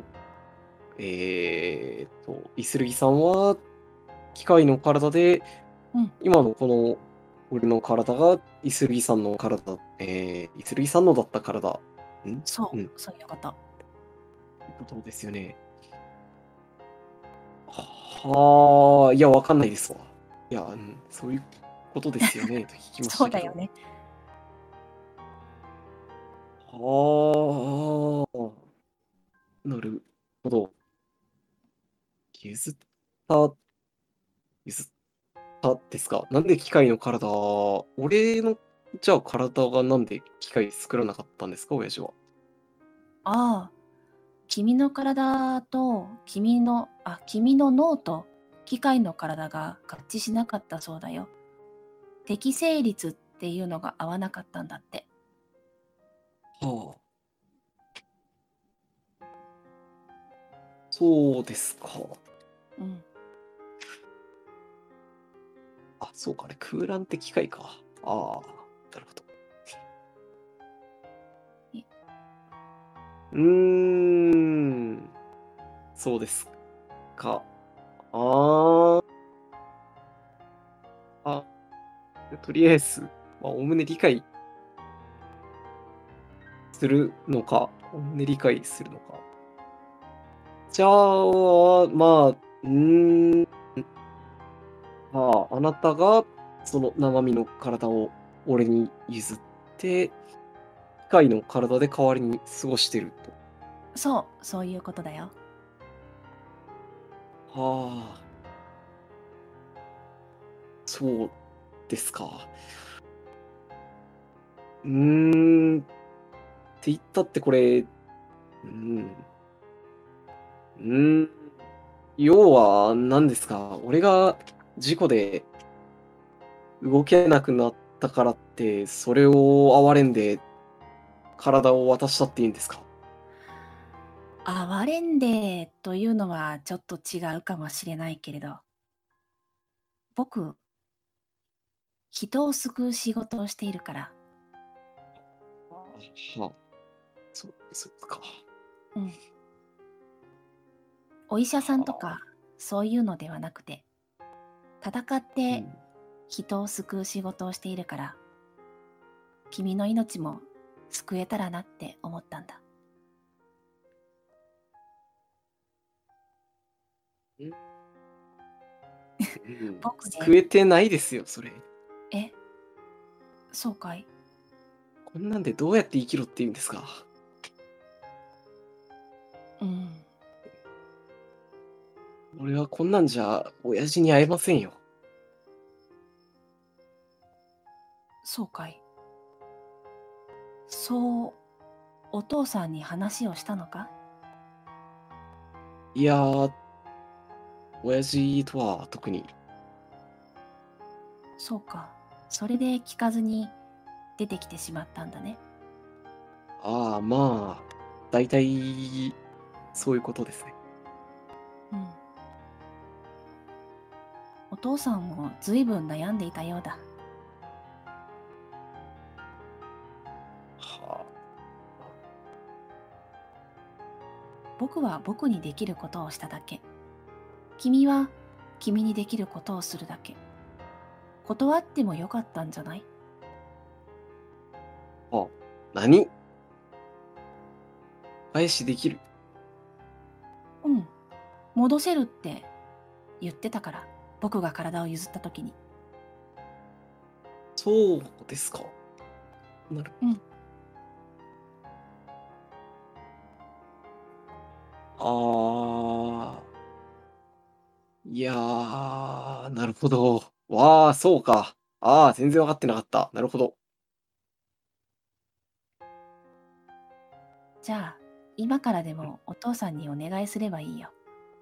イスルギさんは、機械の体で、 うん、 今のこの、俺の体が、イスルギさんの体、イスルギさんのだった体、 そう、そういうこと。 いうことですよね。はあ、いや、わかんないですわ。いや、そういうことですよね、と聞きましたけど。 そうだよね。 はあ、なるほど。譲った、譲ったですか？なんで機械の体、俺の、じゃあ体がなんで機械作らなかったんですか、親父は。 ああ、君の体と君の脳と機械の体が合致しなかったそうだよ。適正率っていうのが合わなかったんだって。 はあ、そうですか。 うん。 あ、そうかね。空欄って機械か。ああ、なるほど。 いうーん、そうですか。ああ、とりあえず、おおむね理解するのか、おおむね理解するのか。じゃあ、まあ、 あなたがその生身の体を俺に譲って、機械の体で代わりに過ごしてると。 そういうことだよ。 はあ、そうですか。って言ったってこれ、要は何ですか、俺が事故で動けなくなったからって、それを憐れんで体を渡したっていいんですか？ 哀れんでというのはちょっと違うかもしれないけれど、僕、人を救う仕事をしているから。 はあ、そうか。 うん。お医者さんとかそういうのではなくて、戦って人を救う仕事をしているから、君の命も救えたらなって思ったんだ。僕ね、 救えてないですよ、それ。 え、そうかい？ こんなんでどうやって生きろって言うんですか？俺はこんなんじゃ、親父に会えませんよ。 そうかい？そう、お父さんに話をしたのか？ いやー、親父とは特に。 そうか。それで聞かずに出てきてしまったんだね。 まあ、大体、そういうことですね。 お父さんもずいぶん悩んでいたようだ。 は僕は僕にできることをしただけ。君は君にできることをするだけ。断ってもよかったんじゃない？ 何？返しできる？ 戻せるって言ってたから、僕が体を譲った時に。 そうですか。なるいやー、なるほど。わあ、そうか。全然わかってなかった。なるほど。 じゃあ、今からでもお父さんにお願いすればいいよ。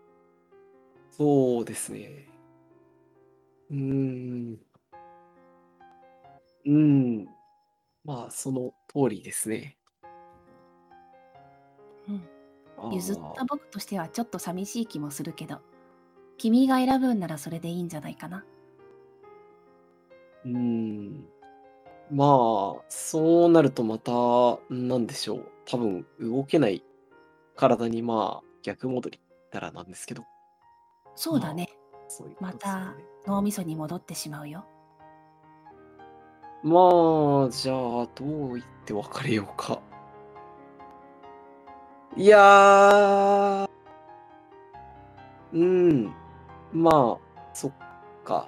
そうですね。うーん。うーん。まあ、その通りですね。 譲った僕としてはちょっと寂しい気もするけど、君が選ぶんならそれでいいんじゃないかな。 まあ、そうなるとまた、なんでしょう。多分、動けない体に、逆戻りたらなんですけど。 そうだね。 そういうこまとですよたね。 脳みそに戻ってしまうよ。 じゃあ、どう言って別れようか。いやー、そっか。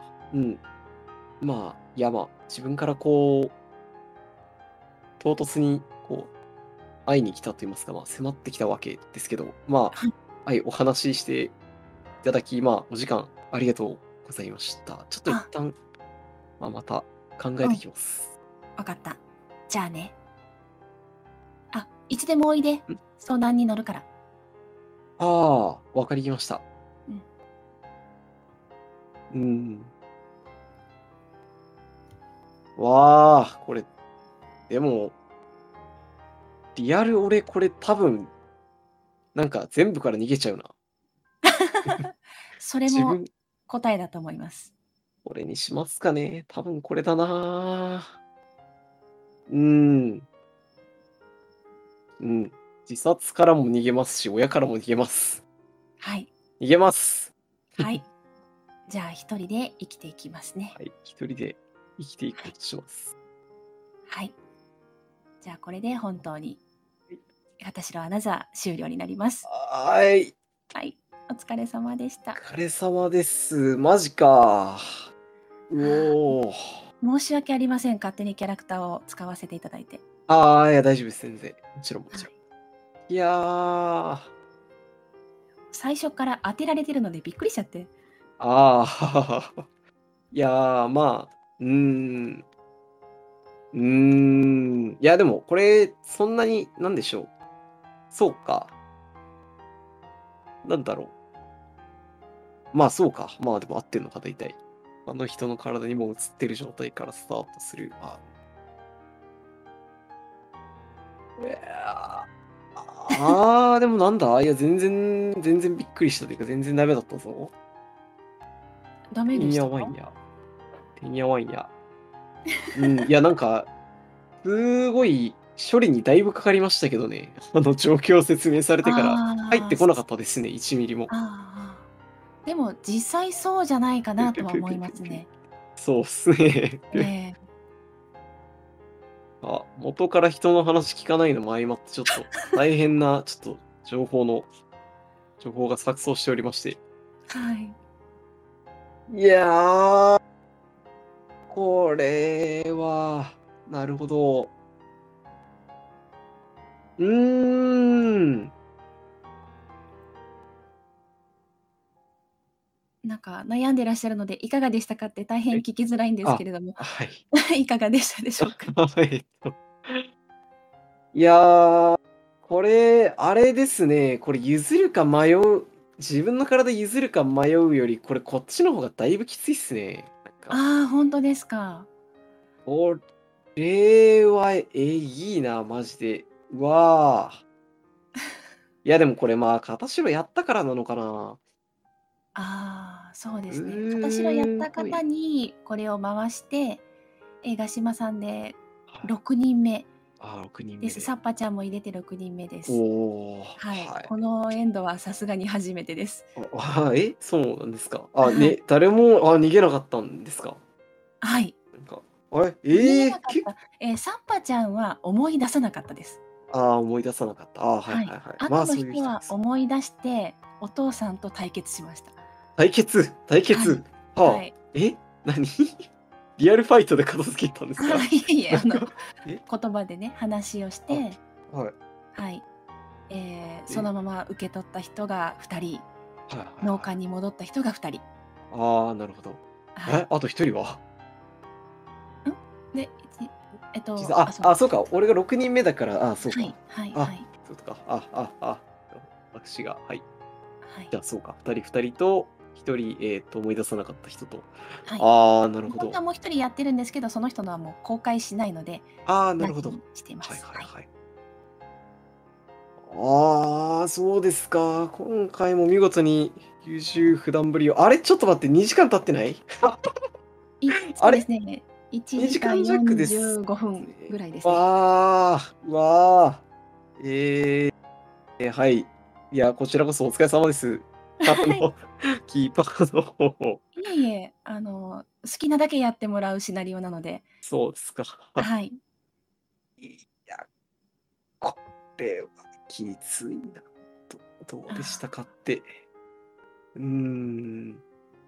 自分から唐突に、会いに来たと言いますか、迫ってきたわけですけど、お話ししていただき、お時間ありがとうございました。ちょっと一旦、また考えてきます。 わかった。じゃあね。いつでもおいで。相談に乗るから。 わかりました。これ、でも、リアル俺これ多分、なんか全部から逃げちゃうな。 それも自分、 答えだと思います。 これにしますかね。多分これだな。うーん。自殺からも逃げますし、親からも逃げます。 はい。 逃げます。 はい。じゃあ一人で生きていきますね。 はい。一人で生きていこうとします。 はい。じゃあこれで本当に私のアナザー終了になります。 はい。 はい。お疲れ様でした。 お疲れ様です。マジか。 うおー。 申し訳ありません。勝手にキャラクターを使わせていただいて。 ああ、いや、大丈夫です、全然。もちろん、もちろん。 はい。 いやー、 最初から当てられてるのでびっくりしちゃって。 ああ、いやー、まあ、いや、でも、これ、そんなに、なんでしょう。そうか。なんだろう。まあ、そうか。まあ、でも合ってんのか、大体。あの人の体にも映ってる状態からスタートする。いやでもなんだいや、全然びっくりしたというか、全然ダメだったぞ。てんダメでしたか？ やわんや。てんやわんや。いや、なんか、すごい、処理にだいぶかかりましたけどね。状況を説明されてから入っああ、 てこなかったですね、1ミリも。 ああ。でも実際そうじゃないかなとは思いますね。 そうっすね。 ええ。 元から人の話聞かないのも相まって、ちょっと大変な、ちょっと情報が錯綜しておりまして。 はい。 いやー、これは、なるほど。うーん。 なんか悩んでらっしゃるので、いかがでしたかって大変え、 聞きづらいんですけれども、 はい。 いかがでしたでしょうか？ えっと、いやー、これ、あれですね。これ譲るか迷う、自分の体譲るか迷うより、これこっちの方がだいぶきついっすね。なんか、 ああ、ほんとですか。 これは、いいな、マジで。うわー。いや、でもこれまあ、片白やったからなのかな。 ああ、そうでうすね。片白やった方ーい。 にこれを回して、ガシマさんではい。 6人目 6人です。 目で。 サッパちゃんも入れて6人目です。 おー、 はい。 はい。 このエンドはさすがに初めてです。 そうなんですか。 はい。 誰も、逃げなかったんですか。 はい。 なんか、 逃げなかった。サッパちゃんは思い出さなかったです。 思い出さなかった。はいはい。 はいはい。まあ、 後のそういう人は人です。 思い出して、お父さんと対決しました。 対はい。 決。はあ、 はい。 何リアルファイトで片付けたんですか。 いえいえ、 なんか、え言葉でね、話をしあ、 て、 はい。 はい。そえ、 のまま受け取った人が2人、 はいはい農はい。 家に戻った人が2人。 なるほど。 はい。 あと一人はで、そうそうか。俺が6人目だから、そうか。 はいはいあ、 はい。 そうか。私が、はい。 はい。 じゃあ、そうか。二人と、一人、思い出さなかった人と。 はい。 なるほど。 本当はもう1人やってるんですけど、その人のはもう公開しないので、 なるほど。 なしにしていまはいす。はい。 はいはい。そうですか。今回も見事に優秀不断ぶりを。あれちょっと待って、2時間経ってない？ そうであれすね。1 ?2 時間時間弱です 45分ぐね。 らいですね。 うわはい。いや、こちらこそお疲れ様です。 はい。 キーパーの方を。 いえいえ、好きなだけやってもらうシナリオなので、 そうですか。 はい。 いや、これはきついな。どうでしたかって。うーん。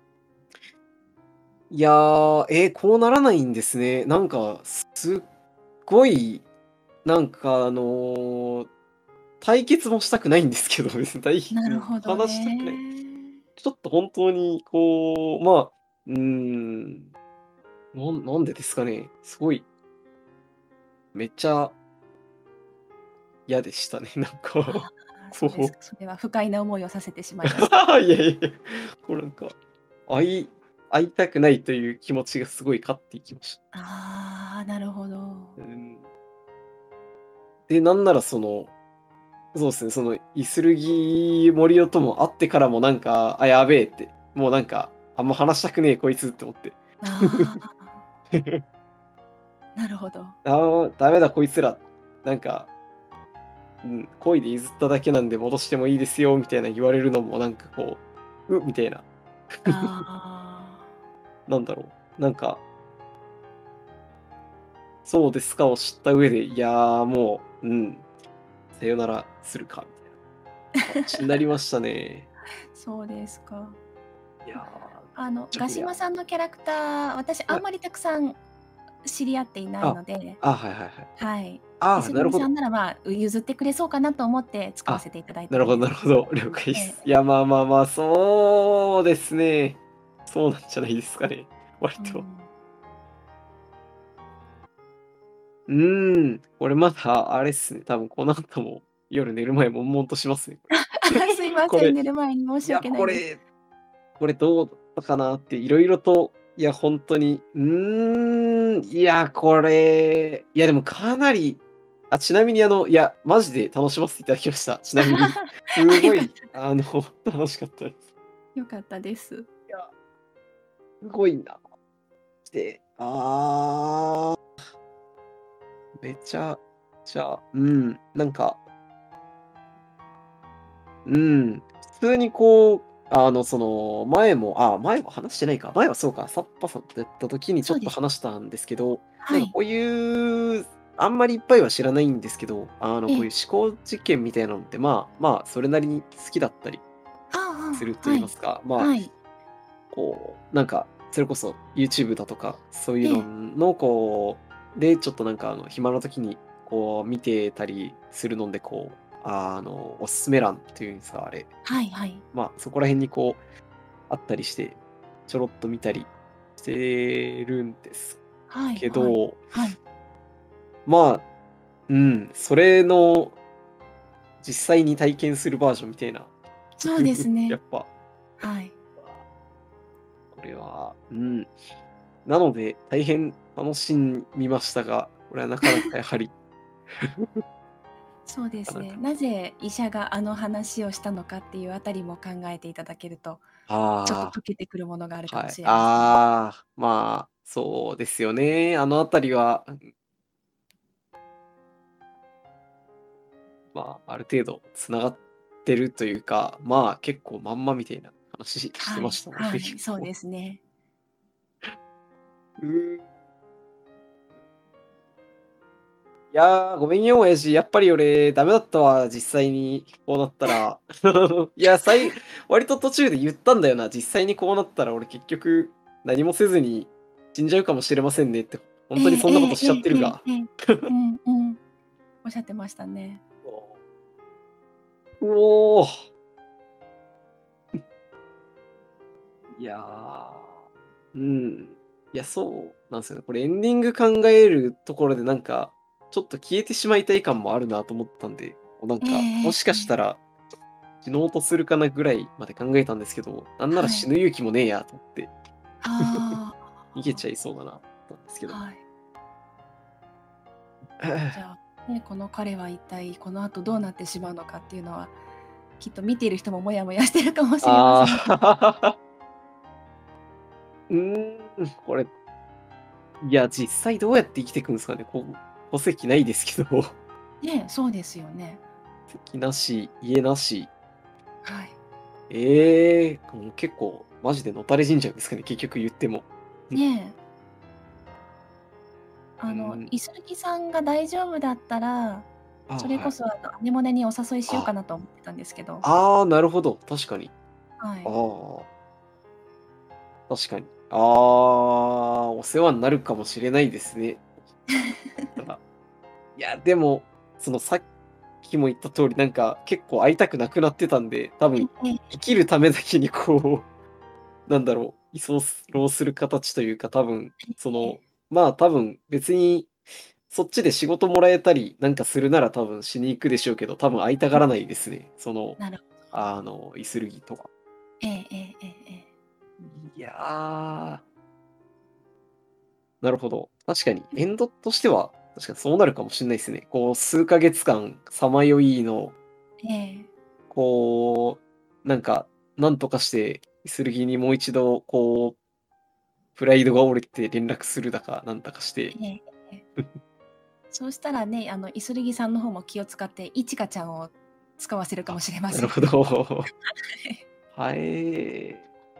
いやー、こうならないんですね。なんか、すっごい、なんか対決もしたくないんですけど、別になるほど話したくない。 ね。 ちょっと本当に、こう、まあ、なんでですかね。すごい、めっちゃ嫌でしたね。なんか、 ああ、そうですか。 こう、 それは不快な思いをさせてしまいました。 いやいや、こうなんか、会い会いたくないという気持ちがすごい勝っていきました。 ああ、なるほど。 で、なんならそうですね、イスルギ森尾とも会ってからもなんか、やべえって、もうなんか、あんま話したくねえ、こいつって思って。 ああ、なるほど。 ダメだ、こいつら。なんか、恋で譲っただけなんで戻してもいいですよ、みたいな言われるのもなんかこみたいな。 ああ、 なんだろう。なんか、そうですかを知った上で、いやーもう、さよならするか、みたいな感じになりましたね。 そうですか。 いやガちょくりゃ。 シマさんのキャラクター、私あはい。 んまりたくさん知り合っていないあ、 ので、 はいはいはい。 はい。 ああ、 イスリギなるほど。 さんならまあ、譲ってくれそうかなと思って使わあ、 せていただいなるほどてるんですけど。 なるほど。了解でええ、 す。いや、まあまあまあ、そうですね。そうなんじゃないですかね。割と。 うん。 これまだ、あれっすね。多分この後も夜寝る前悶々としますね。 すいません、 これ、 寝る前に申しいや、 訳ないです。 これどうだったかなっていろいろと、いや、本当に、いや、これ、いや、でもかなり、ちなみにいや、マジで楽しませていただきました。ちなみに、すごい、楽しかったです。 よかったです。 いや、すごいな。で、めちゃちゃ、なんか、普通にこう、前も話してないか。前はそうか、サッパさんとやった時にちょっとそうです。 話したんですけど、なはい。 んかこういう、あんまりいっぱいは知らないんですけど、こういうええ。 思考実験みたいなのって、まあまあ、それなりに好きだったりするとはい。 言いますか、まあ、 はい。 こう、なんか、それこそ YouTube だとか、そういうのええ。 の、で、ちょっとなんか、暇な時に、こう、見てたりするので、こう、おすすめ欄っていうんですか、あれ。 はいはい。 まあ、そこら辺にこう、あったりして、ちょろっと見たりしてるんですはいはい。 けど、 はい。 まあ、それの実際に体験するバージョンみたいな。 そうですね。 やっぱ、 はい。 これは、なので、大変楽しみましたが、これはなかなかやはり、 そうですね。 なかなか。 なぜ医者があの話をしたのかっていうあたりも考えていただけると、ちょっとあ溶けてくるものがあるあ、はい。 かもしれません。 まあ、そうですよね。あのあたりは、まあ、ある程度繋がってるというか、まあ、結構まんまみたいな話してはい、 ましたもんね、 はい、そう結構。 ですね。 うーん。いやー、ごめんよ、親父。やっぱり俺、ダメだったわ、実際にこうなったら。いや、割と途中で言ったんだよな。実際にこうなったら俺結局何もせずに死んじゃうかもしれませんねって、本当にええそんなことしちゃっええええてるが。 ええええ。うんうん。おっしゃってましたね。 うおー。いやー、いや、そうなんですよね。これエンディング考えるところでなんか、ちょっと消えてしまいたい感もあるなと思ったんで、なんええか、もしかええええ。 したら死のうとするかなぐらいまで考えたんですけど、なんならはい。 死ぬ勇気もねえやと思って、 あ逃げちゃいそうだなと思ったんですけあ、 ど。 はい。じゃあ、ね、この彼は一体この後どうなってしまうのかっていうのは、きっと見ている人もモヤモヤしてるかもしれませんが。 ああ、これ、いや、実際どうやって生きていくんですかね。戸籍ないですけど、 ね、そうですよね。 戸籍なし、家なし、 はい。 もう結構マジでのたれ死んじゃうんですかね、結局言っても。 ねえ。 うん。 イスルギさんが大丈夫だったら、それはい。 こそアネモネにお誘いしようあ、 かなと思ってたんですけど。 なるほど、確かに。あはい。 あ、確かに。お世話になるかもしれないですね。ただ、いや、でも、さっきも言った通り、なんか結構会いたくなくなってたんで、多分ええ生きるためだけにこう、なんだろう、居候する形というか、多分、 ええ。 まあ多分別に、そっちで仕事もらえたりなんかするなら多分しに行くでしょうけど、多分会いたがらないですね。 なるほど。 イスルギとは。 ええええええええ。 いやー、なるほど。確かに、エンドとしては、確かにそうなるかもしれないですね。こう、数ヶ月間、さまよいの、 ええ。 こなんか、なんとかして、イスルギにもう一度、こう、プライドが折れて連絡するだか、なんだかして、 ええええ。そうしたらね、イスルギさんの方も気を使って、イチカちゃんを使わせるかもしれまなるせん。 ほど。はい。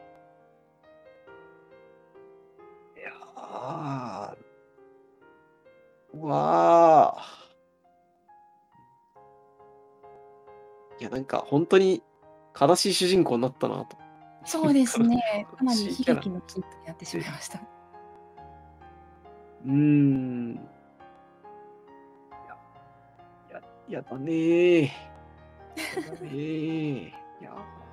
いやわあ。いや、なんか本当に悲しい主人公になったなと。 そうですね。かなり悲悲しいキャラ。 劇のキープになってしまいました。 うーん。やだねー。やだねー。いや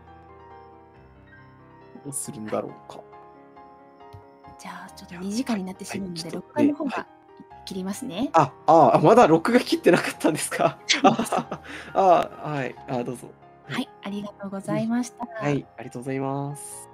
どうするんだろうか。 じゃあ、ちょっと2時間になってしまうので、 ちょっと録画の方はい。 が切りますね。 まだ録画切ってなかったんですか？はい。どうぞ。はい。 はい、ありがとうございました。 はい、ありがとうございます。